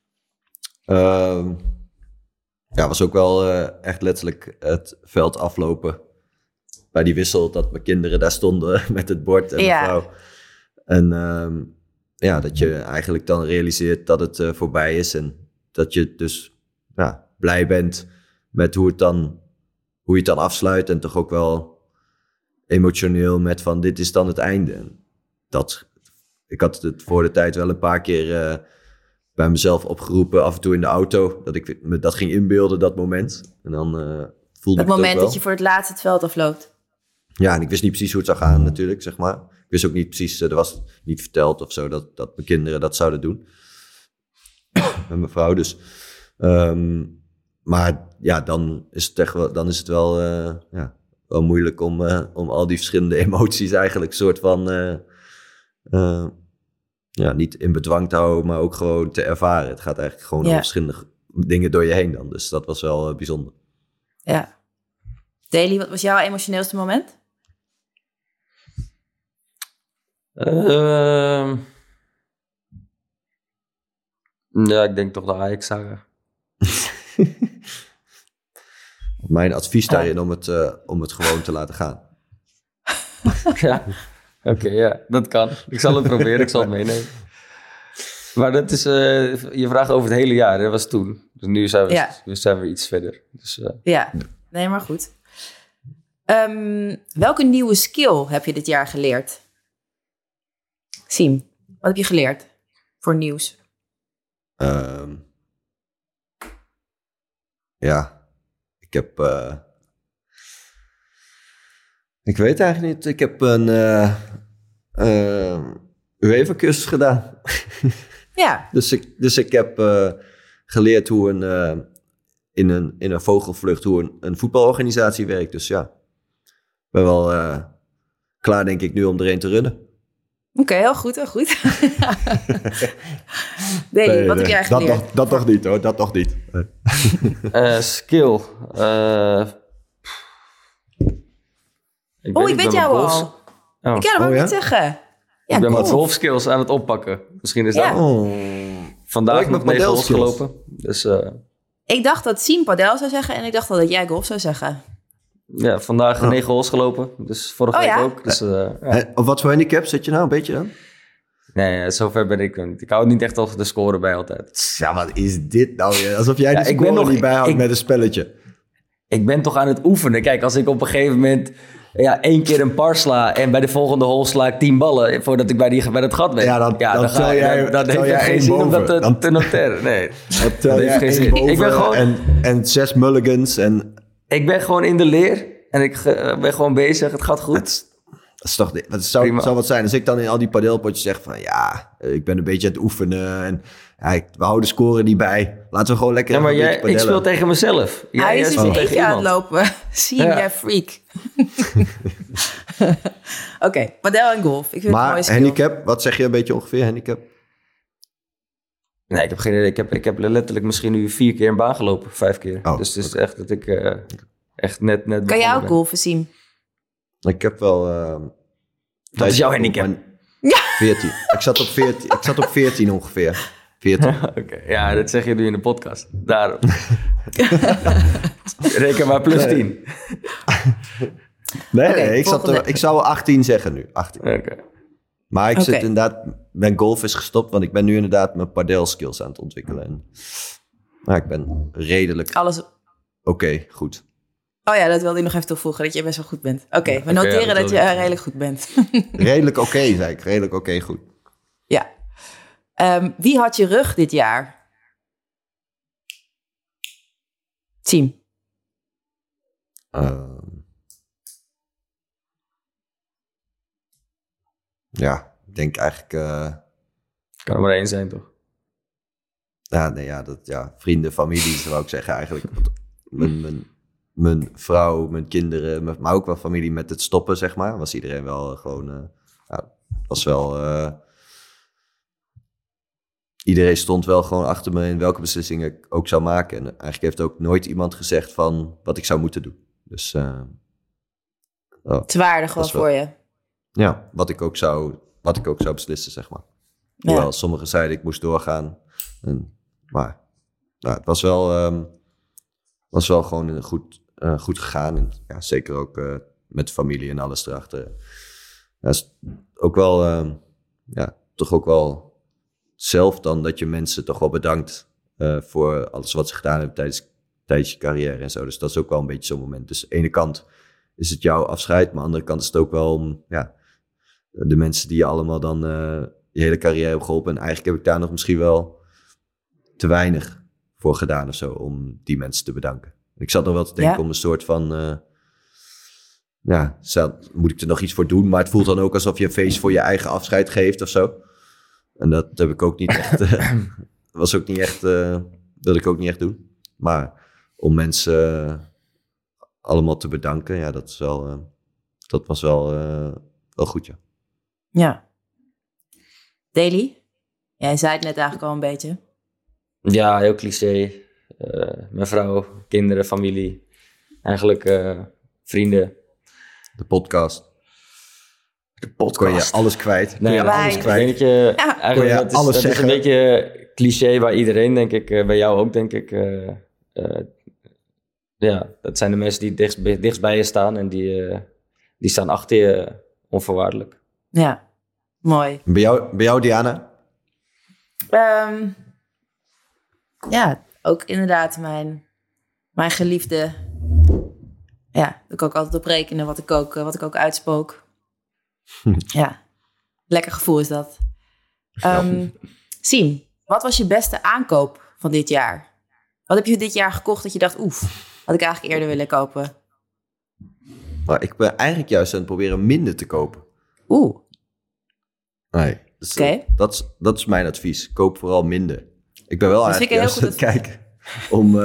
Ja, was ook wel echt letterlijk het veld aflopen. Bij die wissel, dat mijn kinderen daar stonden met het bord en mijn vrouw. En dat je eigenlijk dan realiseert dat het voorbij is. En dat je dus blij bent met hoe je het dan afsluit. En toch ook wel emotioneel met van dit is dan het einde. En ik had het voor de tijd wel een paar keer bij mezelf opgeroepen. Af en toe in de auto. Dat ik me dat ging inbeelden, dat moment. En dan voelde ik het
moment
wel.
Dat je voor het laatst het veld afloopt.
Ja, en ik wist niet precies hoe het zou gaan natuurlijk, zeg maar. Ik wist ook niet precies, er was niet verteld of zo dat mijn kinderen dat zouden doen. Met mijn vrouw dus. Maar ja, dan is het wel moeilijk om al die verschillende emoties eigenlijk soort van... niet in bedwang te houden, maar ook gewoon te ervaren. Het gaat eigenlijk gewoon om verschillende dingen door je heen dan. Dus dat was wel bijzonder.
Ja. Daily, wat was jouw emotioneelste moment?
Ja, ik denk toch de Ajax-saga.
Mijn advies daarin om het gewoon te laten gaan.
Ja, oké, dat kan. Ik zal het proberen, ik zal het meenemen. Maar dat is, je vraagt over het hele jaar, dat was toen. Dus nu zijn we iets verder. Dus,
Ja, nee, maar goed. Welke nieuwe skill heb je dit jaar geleerd? Siem, wat heb je geleerd voor nieuws?
Ik heb... ik weet eigenlijk niet. Ik heb een UEFA-cursus gedaan.
Ja.
Dus ik heb geleerd hoe in een vogelvlucht hoe een voetbalorganisatie werkt. Dus ja, ik ben wel klaar denk ik nu om er een te runnen.
Oké, heel goed, heel goed. Nee, wat heb jij geleerd?
Dat nog niet hoor, dat nog niet.
Skill.
Ik weet jou al. Oh. Ja, dat wou ik niet zeggen. Ja,
ik ben wat golfskills aan het oppakken. Misschien is dat... Vandaag nog 9 holes gelopen. Dus,
ik dacht dat Siem padel zou zeggen en ik dacht al dat jij golf zou zeggen.
Ja, vandaag 9 holes gelopen. Dus vorige week ook. Dus,
Op wat voor handicap zit je nou een beetje dan?
Nee, zover ben ik niet. Ik hou niet echt op de score bij altijd.
Ja, wat is dit nou? Alsof jij de score niet bijhoudt met een spelletje.
Ik ben toch aan het oefenen. Kijk, als ik op een gegeven moment 1 keer een par sla en bij de volgende hole sla ik 10 ballen voordat ik bij dat gat ben. Dan heeft het geen zin om dat te noteren. Nee, dat heeft geen zin. Ik ben gewoon...
En 6 mulligans en...
Ik ben gewoon in de leer en ik ben gewoon bezig. Het gaat goed.
Het zou wat zijn als ik dan in al die padelpotjes zeg van... Ja, ik ben een beetje aan het oefenen en... we houden score niet bij. Laten we gewoon lekker...
Ja, maar ik speel tegen mezelf.
Hij is een beetje aan het lopen. Zie je, jij freak. Oké, padel en golf. Ik vind
maar
het
handicap, wat zeg je een beetje ongeveer, handicap?
Nee, ik heb geen idee. Ik heb letterlijk misschien nu 4 keer een baan gelopen. 5 keer. Dus het is echt dat ik echt net
kan jij ook golfen zien?
Ik heb wel...
Wat is jouw handicap?
14. Ik zat op 14 ongeveer. 14.
Oké, ja, dat zeg je nu in de podcast. Daarom. Reken maar plus 10.
Nee, ik zou 18 zeggen nu. 18.
Okay.
Maar ik zit inderdaad... Mijn golf is gestopt, want ik ben nu inderdaad mijn padel skills aan het ontwikkelen. Maar ik ben redelijk... Oké, goed.
Oh ja, dat wilde ik nog even toevoegen, dat je best wel goed bent. Oké, we noteren dat je redelijk goed bent.
Redelijk oké, zei ik. Redelijk oké, goed.
Ja. Wie had je rug dit jaar? Team.
Ja, ik denk eigenlijk...
Kan er maar één zijn, toch?
Vrienden, familie zou ik zeggen eigenlijk. Mijn vrouw, mijn kinderen, maar ook wel familie met het stoppen, zeg maar. Was iedereen wel gewoon... Iedereen stond wel gewoon achter me in welke beslissingen ik ook zou maken. En eigenlijk heeft ook nooit iemand gezegd van wat ik zou moeten doen. Dus...
Het waarde gewoon voor je.
Ja, wat ik ook zou beslissen, zeg maar. Ja. Hoewel sommigen zeiden ik moest doorgaan. Maar het was wel gewoon goed gegaan. En, ja, zeker ook met familie en alles erachter. Ja, is ook wel, toch ook wel zelf dan dat je mensen toch wel bedankt voor alles wat ze gedaan hebben tijdens je carrière en zo. Dus dat is ook wel een beetje zo'n moment. Dus aan de ene kant is het jouw afscheid, maar aan de andere kant is het ook wel de mensen die je allemaal dan je hele carrière hebben geholpen. En eigenlijk heb ik daar nog misschien wel te weinig voor gedaan of zo, om die mensen te bedanken. Ik zat nog wel te denken om een soort van... moet ik er nog iets voor doen? Maar het voelt dan ook alsof je een feest voor je eigen afscheid geeft of zo. En dat heb ik ook niet echt... was ook niet echt... wilde ik ook niet echt doen. Maar om mensen allemaal te bedanken, ja, dat was wel goed, ja.
Ja. Daily? Jij zei het net eigenlijk al een beetje.
Ja, heel cliché. Mijn vrouw, kinderen, familie. Eigenlijk vrienden.
De podcast. Kon je alles kwijt?
Nee, alles kwijt. Ik denk dat is een beetje cliché bij iedereen, denk ik. Bij jou ook, denk ik. Dat zijn de mensen die dichtst bij je staan. En die staan achter je onvoorwaardelijk.
Ja, mooi.
Bij jou Diana?
Ook inderdaad mijn geliefde. Ja, ik kan ook altijd op rekenen wat ik ook uitspook. Ja, lekker gevoel is dat. Siem, wat was je beste aankoop van dit jaar? Wat heb je dit jaar gekocht dat je dacht, had ik eigenlijk eerder willen kopen?
Maar ik ben eigenlijk juist aan het proberen minder te kopen. Nee, dus, dat is mijn advies. Koop vooral minder. Ik ben wel eigenlijk juist aan het kijken om...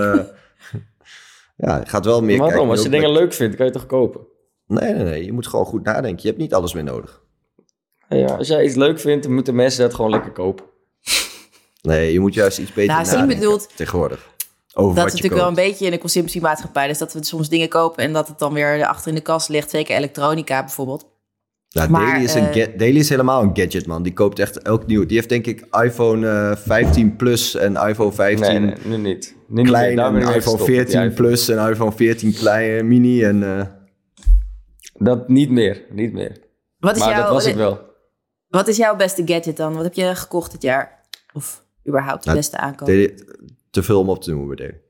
gaat wel meer
maar
kijken.
Als je dingen leuk vindt, kan je toch kopen?
Nee. Je moet gewoon goed nadenken. Je hebt niet alles meer nodig.
Ja, als jij iets leuk vindt, dan moeten mensen dat gewoon lekker kopen.
Nee, je moet juist iets beter nadenken tegenwoordig.
Dat is natuurlijk wel een beetje in de consumptiemaatschappij. Dus dat we soms dingen kopen en dat het dan weer achter in de kast ligt. Zeker elektronica bijvoorbeeld.
Nou, Daily is helemaal een gadget, man. Die koopt echt elk nieuw. Die heeft denk ik iPhone 15 Plus en iPhone 15
nee, nu niet.
Klein en iPhone 14 Plus en iPhone 14 klein mini. En,
Dat niet meer. Dat was ik wel.
Wat is jouw beste gadget dan? Wat heb je gekocht dit jaar? Of überhaupt de beste aankoop?
Te veel om op te noemen, Daily.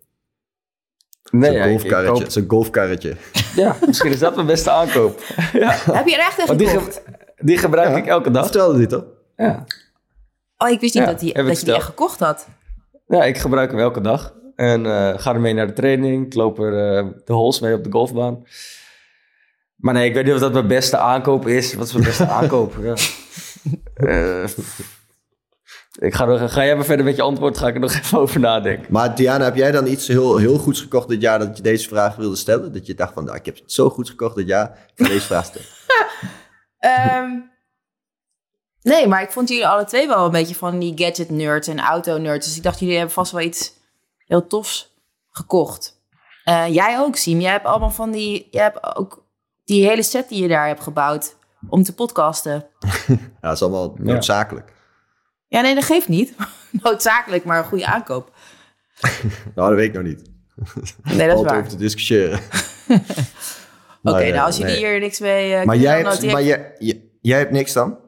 Nee,
zo'n golfkarretje.
Ja, misschien is dat mijn beste aankoop. Ja.
Heb je er echt tegen gekocht?
Die gebruik ik elke dag.
Vertelde dit toch?
Ja.
Oh, ik wist niet dat je die echt gekocht had.
Ja, ik gebruik hem elke dag. En ga ermee naar de training. Ik loop er de holes mee op de golfbaan. Maar nee, ik weet niet of dat mijn beste aankoop is. Wat is mijn beste aankoop? Ja. Ga jij maar verder met je antwoord, ga ik er nog even over nadenken.
Maar Diana, heb jij dan iets heel goeds gekocht dit jaar dat je deze vraag wilde stellen? Dat je dacht van, ik heb het zo goed gekocht dit jaar, ik ga deze vraag stellen.
Nee, maar ik vond jullie alle twee wel een beetje van die gadget nerds en auto nerds. Dus ik dacht, jullie hebben vast wel iets heel tofs gekocht. Jij ook, Siem. Jij hebt ook die hele set die je daar hebt gebouwd om te podcasten.
Ja, dat is allemaal noodzakelijk.
Ja, nee, dat geeft niet. Noodzakelijk, maar een goede aankoop.
Nou, dat weet ik nog niet.
Nee, dat is waar.
Over te discussiëren.
Oké, als jullie hier niks mee...
maar jij hebt niks dan?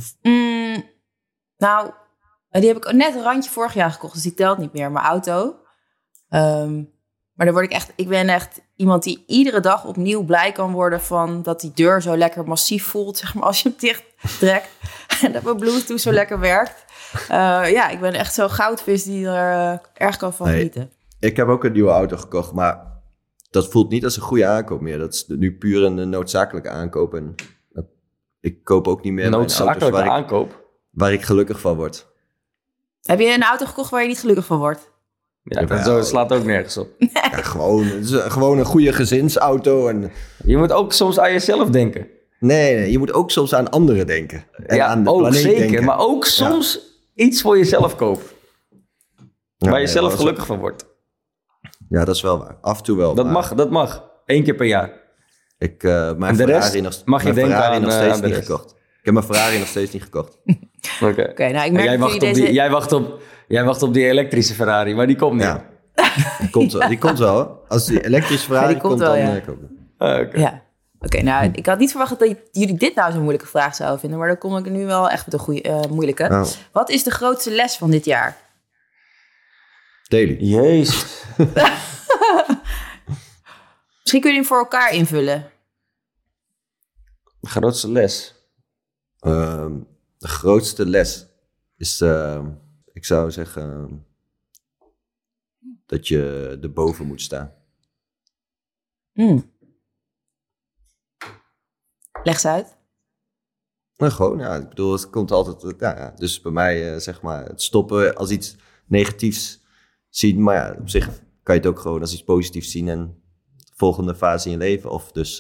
Nou, die heb ik net een randje vorig jaar gekocht, dus die telt niet meer. Mijn auto. Maar dan word ik ben echt iemand die iedere dag opnieuw blij kan worden van dat die deur zo lekker massief voelt, zeg maar, als je hem dicht trekt. En dat mijn Bluetooth zo lekker werkt. Ik ben echt zo'n goudvis die er erg kan van genieten.
Ik heb ook een nieuwe auto gekocht, maar dat voelt niet als een goede aankoop meer. Dat is nu puur een noodzakelijke aankoop. En ik koop ook niet meer
noodzakelijke aankoop?
Waar ik gelukkig van word.
Heb je een auto gekocht waar je niet gelukkig van wordt?
Ja, dat slaat ook nergens op.
Ja, gewoon een goede gezinsauto. En...
Je moet ook soms aan jezelf denken.
Nee, je moet ook soms aan anderen denken. En aan de planeet
zeker.
denken.
Maar ook soms iets voor jezelf kopen. Waar je zelf gelukkig van wordt.
Ja, dat is wel waar. Af en toe wel.
Dat mag. 1 keer per jaar.
Mijn Ferrari nog steeds niet gekocht. Ik heb mijn Ferrari nog steeds niet gekocht.
Oké, nou ik merk
jij wacht op die elektrische Ferrari, maar die komt niet.
Ja. Die komt wel. Als die elektrische Ferrari komt, dan kopen.
Ja. Oké, nou, ik had niet verwacht dat jullie dit nou zo'n moeilijke vraag zouden vinden, maar dan kom ik er nu wel echt met een goede, moeilijke. Oh. Wat is de grootste les van dit jaar?
Daily.
Jezus.
Misschien kun je hem voor elkaar invullen.
De grootste les?
De grootste les is, ik zou zeggen, dat je erboven moet staan.
Leg eens uit.
Nou, gewoon, ik bedoel, het komt altijd, dus bij mij, zeg maar, het stoppen als iets negatiefs zien, maar op zich kan je het ook gewoon als iets positiefs zien en de volgende fase in je leven, of dus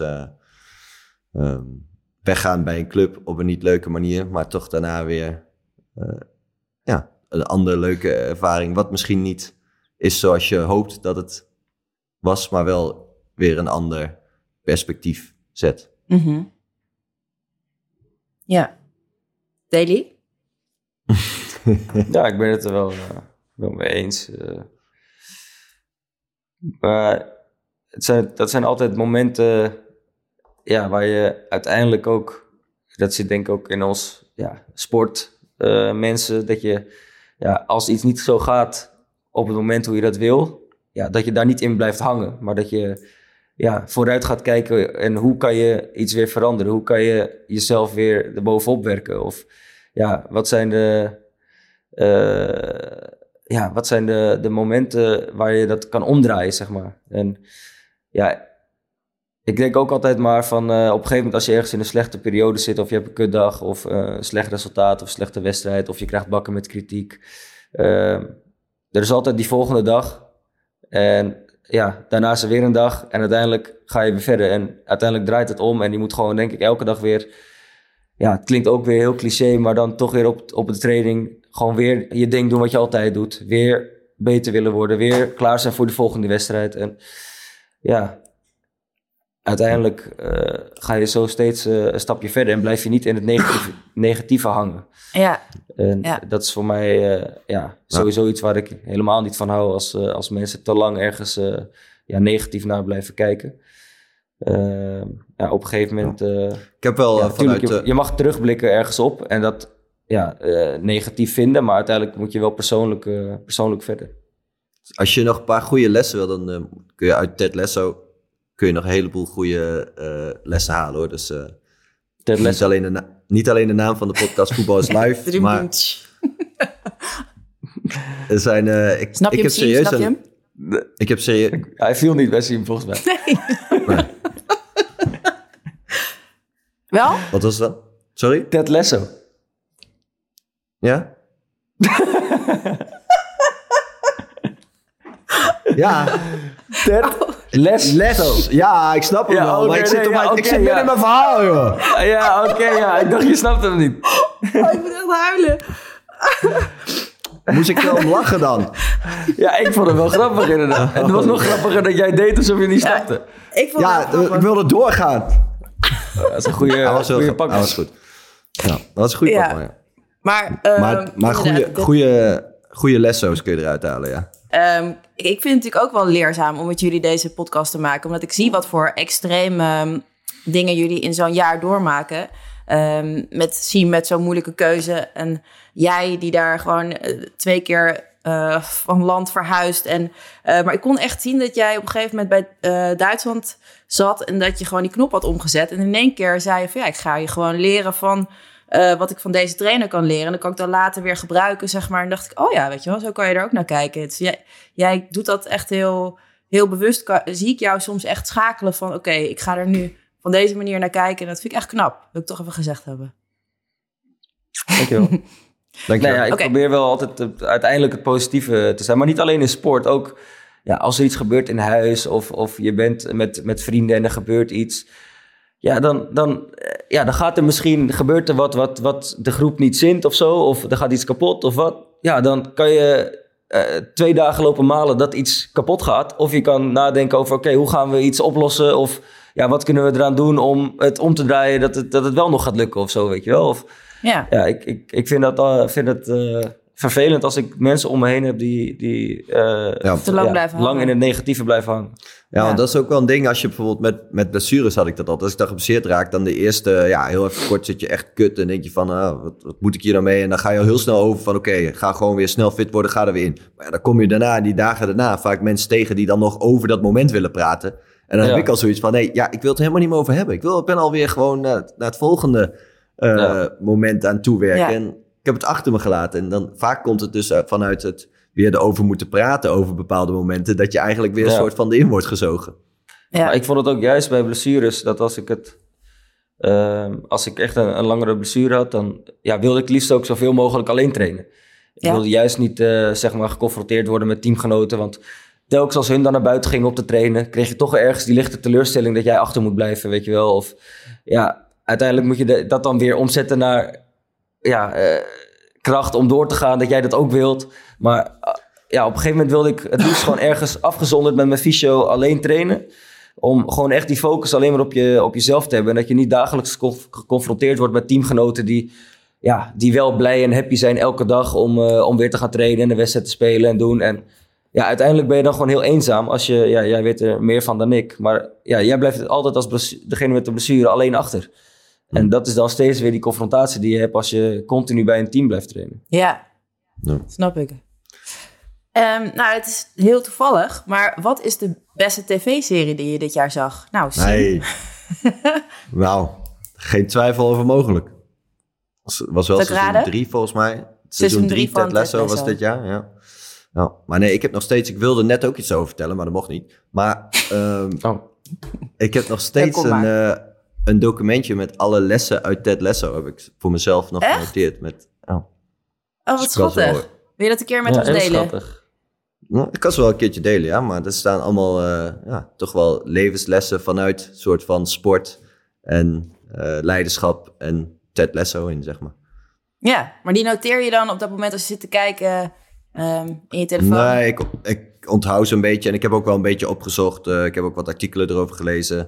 weggaan bij een club op een niet leuke manier, maar toch daarna weer een andere leuke ervaring, wat misschien niet is zoals je hoopt dat het was, maar wel weer een ander perspectief zet.
Mm-hmm. Ja. Daily?
Ja, ik ben het er wel mee eens. Maar dat zijn altijd momenten waar je uiteindelijk ook, dat zit denk ik ook in ons sport mensen, dat je als iets niet zo gaat op het moment hoe je dat wil, dat je daar niet in blijft hangen, maar dat je vooruit gaat kijken en hoe kan je iets weer veranderen, hoe kan je jezelf weer erbovenop werken, of wat zijn de momenten waar je dat kan omdraaien, zeg maar. En ik denk ook altijd maar van op een gegeven moment als je ergens in een slechte periode zit, of je hebt een kutdag, of een slecht resultaat, of een slechte wedstrijd, of je krijgt bakken met kritiek. Er is altijd die volgende dag. En daarna is er weer een dag. En uiteindelijk ga je weer verder. En uiteindelijk draait het om. En je moet gewoon, denk ik, elke dag weer... het klinkt ook weer heel cliché, maar dan toch weer op de training gewoon weer je ding doen wat je altijd doet. Weer beter willen worden. Weer klaar zijn voor de volgende wedstrijd. En uiteindelijk ga je zo steeds een stapje verder en blijf je niet in het negatieve hangen.
Ja.
En dat is voor mij sowieso iets waar ik helemaal niet van hou als mensen te lang ergens negatief naar blijven kijken. Op een gegeven moment...
ik heb wel vanuit...
Je mag terugblikken ergens op en dat negatief vinden, maar uiteindelijk moet je wel persoonlijk verder.
Als je nog een paar goede lessen wil, dan kun je uit Ted Lasso kun je nog een heleboel goede lessen halen, hoor. Dus niet alleen de naam van de podcast Voetbal is Live, maar er zijn...
Snap je hem? Snap je hem?
Ik heb serieus...
Hij viel niet bij Siem, volgens mij.
Nee. Wel?
Wat was dat? Sorry?
Ted Lasso.
Ja?
Ja. Ted Lasso.
Ja, ik snap hem wel. Maar ik zit midden in mijn verhaal, joh.
Ja, oké. Ik dacht, je snapt hem niet.
Oh, ik moet echt huilen.
Moest ik wel om lachen dan?
Ja, ik vond het wel grappig inderdaad. En het was nog grappiger dat jij deed alsof je niet snapte.
Ik vond
ik wilde doorgaan.
Dat is een goede pak.
Dat was goed. Ja, dat was een goede pak, man.
Ja.
Maar goede lesso's kun je eruit halen, ja.
Ik vind het natuurlijk ook wel leerzaam om met jullie deze podcast te maken. Omdat ik zie wat voor extreme dingen jullie in zo'n jaar doormaken. Met zo'n moeilijke keuze. En jij die daar gewoon 2 keer van land verhuist. Maar ik kon echt zien dat jij op een gegeven moment bij Duitsland zat. En dat je gewoon die knop had omgezet. En in één keer zei je van ik ga je gewoon leren van wat ik van deze trainer kan leren. En dat kan ik dan later weer gebruiken, zeg maar. En dacht ik, oh ja, weet je wel, zo kan je er ook naar kijken. Dus jij doet dat echt heel, heel bewust. Zie ik jou soms echt schakelen van, oké, ik ga er nu van deze manier naar kijken. En dat vind ik echt knap. Dat wil ik toch even gezegd hebben.
Dankjewel. Ik probeer wel altijd uiteindelijk het positieve te zijn. Maar niet alleen in sport. Ook als er iets gebeurt in huis of je bent met vrienden en er gebeurt iets. Ja, dan gebeurt er wat de groep niet zint of zo. Of er gaat iets kapot of wat. Ja, dan kan je 2 dagen lopen malen dat iets kapot gaat. Of je kan nadenken over, oké, hoe gaan we iets oplossen? Of wat kunnen we eraan doen om het om te draaien dat het wel nog gaat lukken of zo, weet je wel? Of, ik vind het vervelend als ik mensen om me heen heb die
te lang blijven hangen.
Lang in het negatieve blijven hangen.
Ja, want dat is ook wel een ding als je bijvoorbeeld met blessures had ik dat altijd. Als ik dan geblesseerd raak, dan de eerste, heel even kort zit je echt kut en denk je van, wat moet ik hier nou mee? En dan ga je al heel snel over van, oké, ga gewoon weer snel fit worden, ga er weer in. Maar dan kom je daarna, die dagen daarna, vaak mensen tegen die dan nog over dat moment willen praten. En dan heb ik al zoiets van, ik wil het er helemaal niet meer over hebben. Ik ben alweer gewoon naar het volgende moment aan toewerken. Ja. En ik heb het achter me gelaten. En dan vaak komt het dus vanuit het weer erover moeten praten over bepaalde momenten, dat je eigenlijk weer een soort van erin wordt gezogen.
Ja. Maar ik vond het ook juist bij blessures, dat als ik echt een langere blessure had, dan wilde ik liefst ook zoveel mogelijk alleen trainen. Ik wilde juist niet geconfronteerd worden met teamgenoten, want telkens als hun dan naar buiten gingen op te trainen, kreeg je toch ergens die lichte teleurstelling dat jij achter moet blijven, weet je wel. Of uiteindelijk moet je dat dan weer omzetten naar kracht om door te gaan, dat jij dat ook wilt. Maar op een gegeven moment wilde ik het liefst gewoon ergens afgezonderd met mijn fysio alleen trainen. Om gewoon echt die focus alleen maar op jezelf te hebben. En dat je niet dagelijks geconfronteerd wordt met teamgenoten die wel blij en happy zijn elke dag om weer te gaan trainen en de wedstrijd te spelen en doen. En uiteindelijk ben je dan gewoon heel eenzaam als jij weet er meer van dan ik. Maar jij blijft altijd als degene met de blessure alleen achter. En dat is dan steeds weer die confrontatie die je hebt als je continu bij een team blijft trainen.
Ja. Snap ik. Het is heel toevallig, maar wat is de beste tv-serie die je dit jaar zag? Nou,
nee. Nou, geen twijfel over mogelijk. Was wel seizoen 3 volgens mij. Seizoen 3 van Ted Lasso was dit jaar, ja. Nou, maar nee, ik wilde net ook iets over vertellen, maar dat mocht niet. Maar ik heb nog steeds een documentje met alle lessen uit Ted Lasso. Heb ik voor mezelf nog genoteerd.
Wat schattig. Wil je dat een keer met ons delen?
Schattig. Nou, ik kan ze wel een keertje delen, ja. Maar er staan allemaal toch wel levenslessen vanuit soort van sport en leiderschap en Ted Lasso in, zeg maar.
Ja, maar die noteer je dan op dat moment als je zit te kijken in je telefoon?
Nee, ik onthoud ze een beetje en ik heb ook wel een beetje opgezocht. Ik heb ook wat artikelen erover gelezen.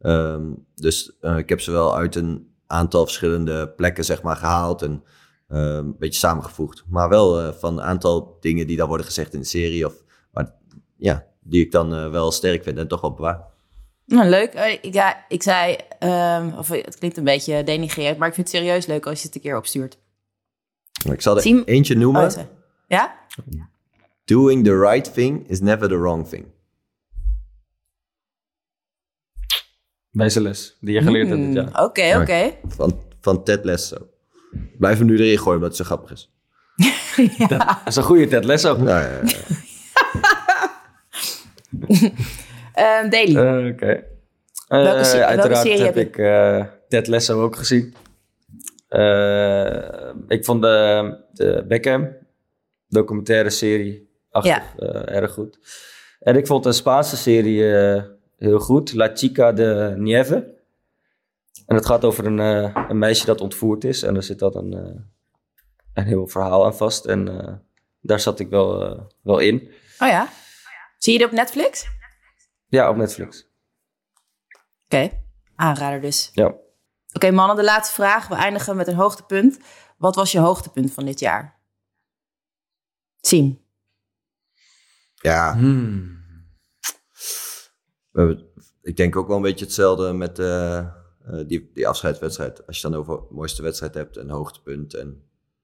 Dus ik heb ze wel uit een aantal verschillende plekken, zeg maar, gehaald en een beetje samengevoegd. Maar wel van een aantal dingen die dan worden gezegd in de serie. Die ik dan wel sterk vind en toch wel bewaar.
Nou, leuk. Ik zei, het klinkt een beetje denigrerend, maar ik vind het serieus leuk als je het een keer opstuurt.
Ik zal er eentje noemen.
Ja?
Doing the right thing is never the wrong thing.
Wijze les die je geleerd hebt dit jaar.
Oké.
Van Ted Lasso. Blijf hem nu erin gooien omdat het zo grappig is.
Dat is een goede Ted Lasso.
Daily.
Oké.
Uiteraard
heb ik Ted Lasso ook gezien. Ik vond de Beckham documentaire serie erg goed. En ik vond de Spaanse serie heel goed. La Chica de Nieve. En het gaat over een meisje dat ontvoerd is. En er zit dan een heel verhaal aan vast. En daar zat ik wel in.
Oh ja? Zie je die op Netflix?
Ja, op Netflix.
Oké. Aanrader dus.
Ja.
Oké, mannen, de laatste vraag. We eindigen met een hoogtepunt. Wat was je hoogtepunt van dit jaar? Siem.
Ja. Ik denk ook wel een beetje hetzelfde met die afscheidswedstrijd. Als je dan over de mooiste wedstrijd hebt en hoogtepunt en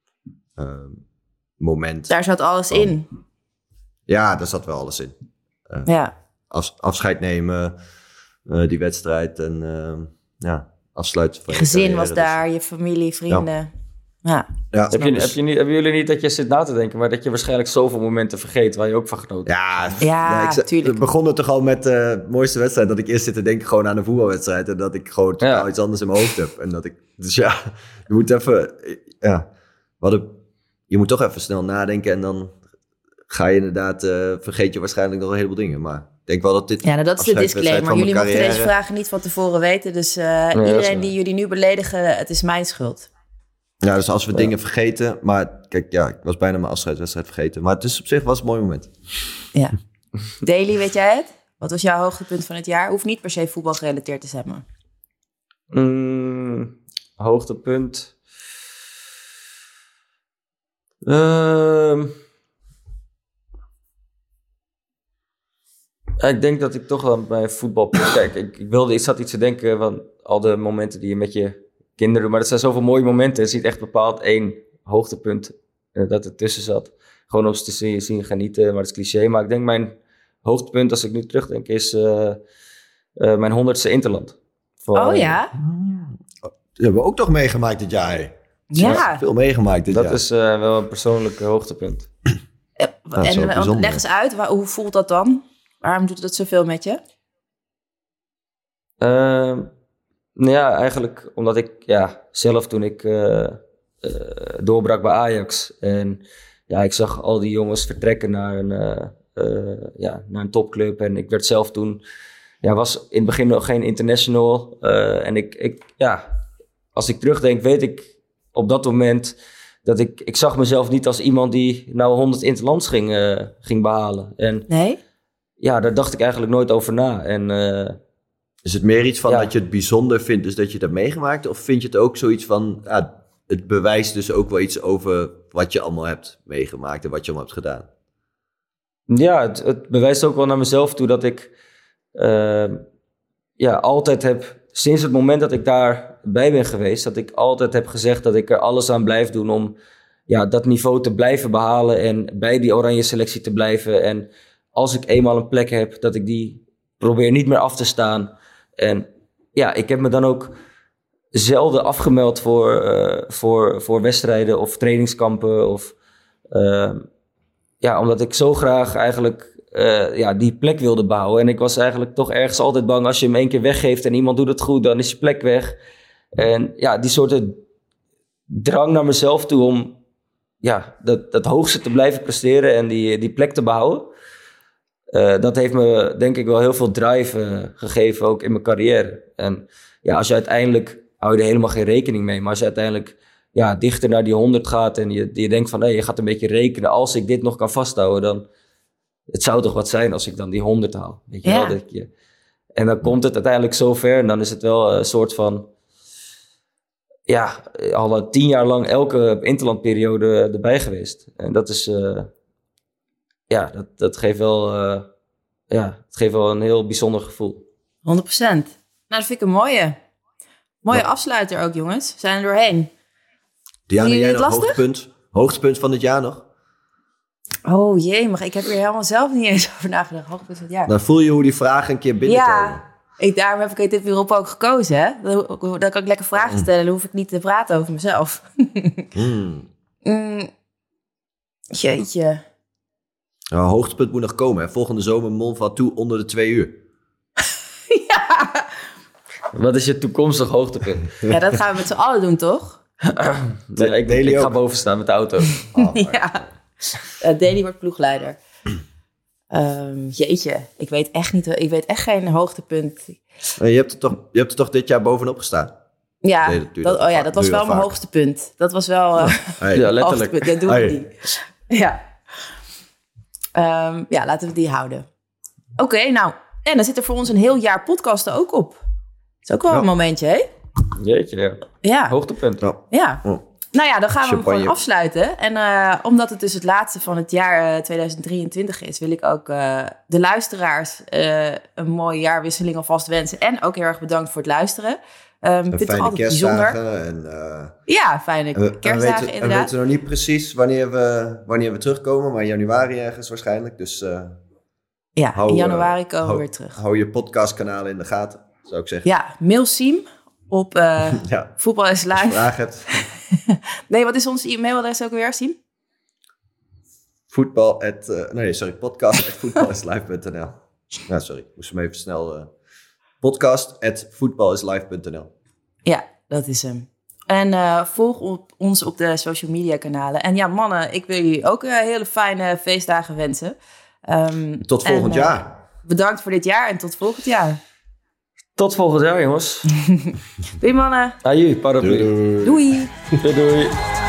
moment.
Daar zat alles in.
Ja, daar zat wel alles in. Afscheid nemen, die wedstrijd en afsluiten van je
gezin
carrière.
was daar, je familie, vrienden. Ja.
Hebben jullie niet dat je zit na te denken, maar dat je waarschijnlijk zoveel momenten vergeet waar je ook van genoten hebt?
Ja, tuurlijk.
Het begon er toch al met de mooiste wedstrijd, dat ik eerst zit te denken gewoon aan een voetbalwedstrijd en dat ik gewoon totaal iets anders in mijn hoofd heb. En dat ik, dus ja, je moet even, je moet toch even snel nadenken en dan ga je inderdaad, vergeet je waarschijnlijk nog een heleboel dingen, maar ik denk wel dat dit...
Ja, dat is de disclaimer. Jullie mochten
carrière...
deze vragen niet van tevoren weten, dus iedereen die jullie nu beledigen, het is mijn schuld.
Ja, dus als we dingen vergeten... Maar kijk, ik was bijna mijn afscheidswedstrijd vergeten. Maar het is op zich was een mooi moment.
Ja. Daily, weet jij het? Wat was jouw hoogtepunt van het jaar? Hoeft niet per se voetbal gerelateerd te zijn, maar...
Hoogtepunt... ik denk dat ik toch wel bij voetbal... Kijk, ik zat iets te denken van al de momenten die je met je... kinderen, maar dat zijn zoveel mooie momenten. Het is niet echt bepaald één hoogtepunt dat er tussen zat. Gewoon om ze te zien genieten, maar dat is cliché. Maar ik denk mijn hoogtepunt, als ik nu terugdenk, is mijn 100ste Interland.
Oh ja?
Dat hebben we ook toch meegemaakt dit jaar. Hè?
Ja.
Veel meegemaakt dit jaar.
Dat is wel een persoonlijk hoogtepunt.
En leg eens uit, hoe voelt dat dan? Waarom doet dat zoveel met je?
Nou ja, eigenlijk omdat ik zelf toen ik doorbrak bij Ajax en ik zag al die jongens vertrekken naar een topclub en ik werd zelf toen, was in het begin nog geen international en als ik terugdenk weet ik op dat moment dat ik zag mezelf niet als iemand die nou 100 interlands ging behalen. En
nee?
Ja, daar dacht ik eigenlijk nooit over na en...
Is het meer iets van dat je het bijzonder vindt, dus dat je het hebt meegemaakt? Of vind je het ook zoiets van, het bewijst dus ook wel iets over wat je allemaal hebt meegemaakt en wat je allemaal hebt gedaan?
Ja, het bewijst ook wel naar mezelf toe dat ik altijd heb, sinds het moment dat ik daarbij ben geweest, dat ik altijd heb gezegd dat ik er alles aan blijf doen om dat niveau te blijven behalen en bij die oranje selectie te blijven. En als ik eenmaal een plek heb, dat ik die probeer niet meer af te staan. En ik heb me dan ook zelden afgemeld voor wedstrijden of trainingskampen. Omdat ik zo graag eigenlijk die plek wilde bouwen. En ik was eigenlijk toch ergens altijd bang als je hem 1 keer weggeeft en iemand doet het goed, dan is je plek weg. En die soort drang naar mezelf toe om dat hoogste te blijven presteren en die plek te behouden. Dat heeft me denk ik wel heel veel drive gegeven, ook in mijn carrière. En als je uiteindelijk, hou je er helemaal geen rekening mee. Maar als je uiteindelijk dichter naar die 100 gaat en je denkt van... je gaat een beetje rekenen, als ik dit nog kan vasthouden... dan het zou toch wat zijn als ik dan die 100 haal. Weet je wel? En dan komt het uiteindelijk zo ver en dan is het wel een soort van... al 10 jaar lang elke interlandperiode erbij geweest. En dat is... dat geeft wel, het geeft wel een heel bijzonder gevoel.
100%. Nou, dat vind ik een mooie afsluiter ook, jongens. We zijn er doorheen.
Diana, jij nog hoogtepunt van dit jaar nog?
Oh jee, maar ik heb hier helemaal zelf niet eens over nagedacht. Hoogtepunt van het jaar.
Dan voel je hoe die vragen een keer binnenkomen.
Ja, daarom heb ik dit hierop ook gekozen. Hè? Dan kan ik lekker vragen stellen. Dan hoef ik niet te praten over mezelf. Jeetje.
Nou, hoogtepunt moet nog komen. Hè? Volgende zomer Mont Ventoux onder de 2 uur.
Ja.
Wat is je toekomstig hoogtepunt?
Ja, dat gaan we met z'n allen doen, toch?
Ik ga boven staan met de auto.
Daily wordt ploegleider. Jeetje, ik weet echt geen hoogtepunt.
Je hebt er toch dit jaar bovenop gestaan?
Ja, dat was wel mijn hoogste punt. Dat was wel
letterlijk.
Dat doe ik niet. Ja, laten we die houden. Oké, nou, en dan zit er voor ons een heel jaar podcasten ook op. Dat is ook wel een momentje, hè?
Jeetje, ja. Hoogtepunt.
Ja. Nou ja, dan gaan we hem gewoon afsluiten. En omdat het dus het laatste van het jaar 2023 is... wil ik ook de luisteraars een mooie jaarwisseling alvast wensen. En ook heel erg bedankt voor het luisteren.
Een fijne kerstdagen.
Fijne kerstdagen inderdaad.
En we weten nog niet precies wanneer we terugkomen, maar in januari ergens waarschijnlijk. Dus
in januari komen we weer terug.
Hou je podcastkanalen in de gaten, zou ik zeggen.
Ja, mail Siem op Voetbal is Live.
Als je vragen hebt.
Nee, wat is ons e-mailadres ook weer, Siem?
podcast@voetbalislive.nl. Nou, sorry. Moest hem even snel... podcast@voetbalislive.nl.
Ja, dat is hem. En volg ons op de social media kanalen. En ja, mannen, ik wil jullie ook hele fijne feestdagen wensen.
Tot volgend jaar.
Bedankt voor dit jaar en tot volgend jaar.
Tot volgend jaar, jongens.
Doei, mannen.
Aju, paraplu.
Doei.
Doei.
Doei.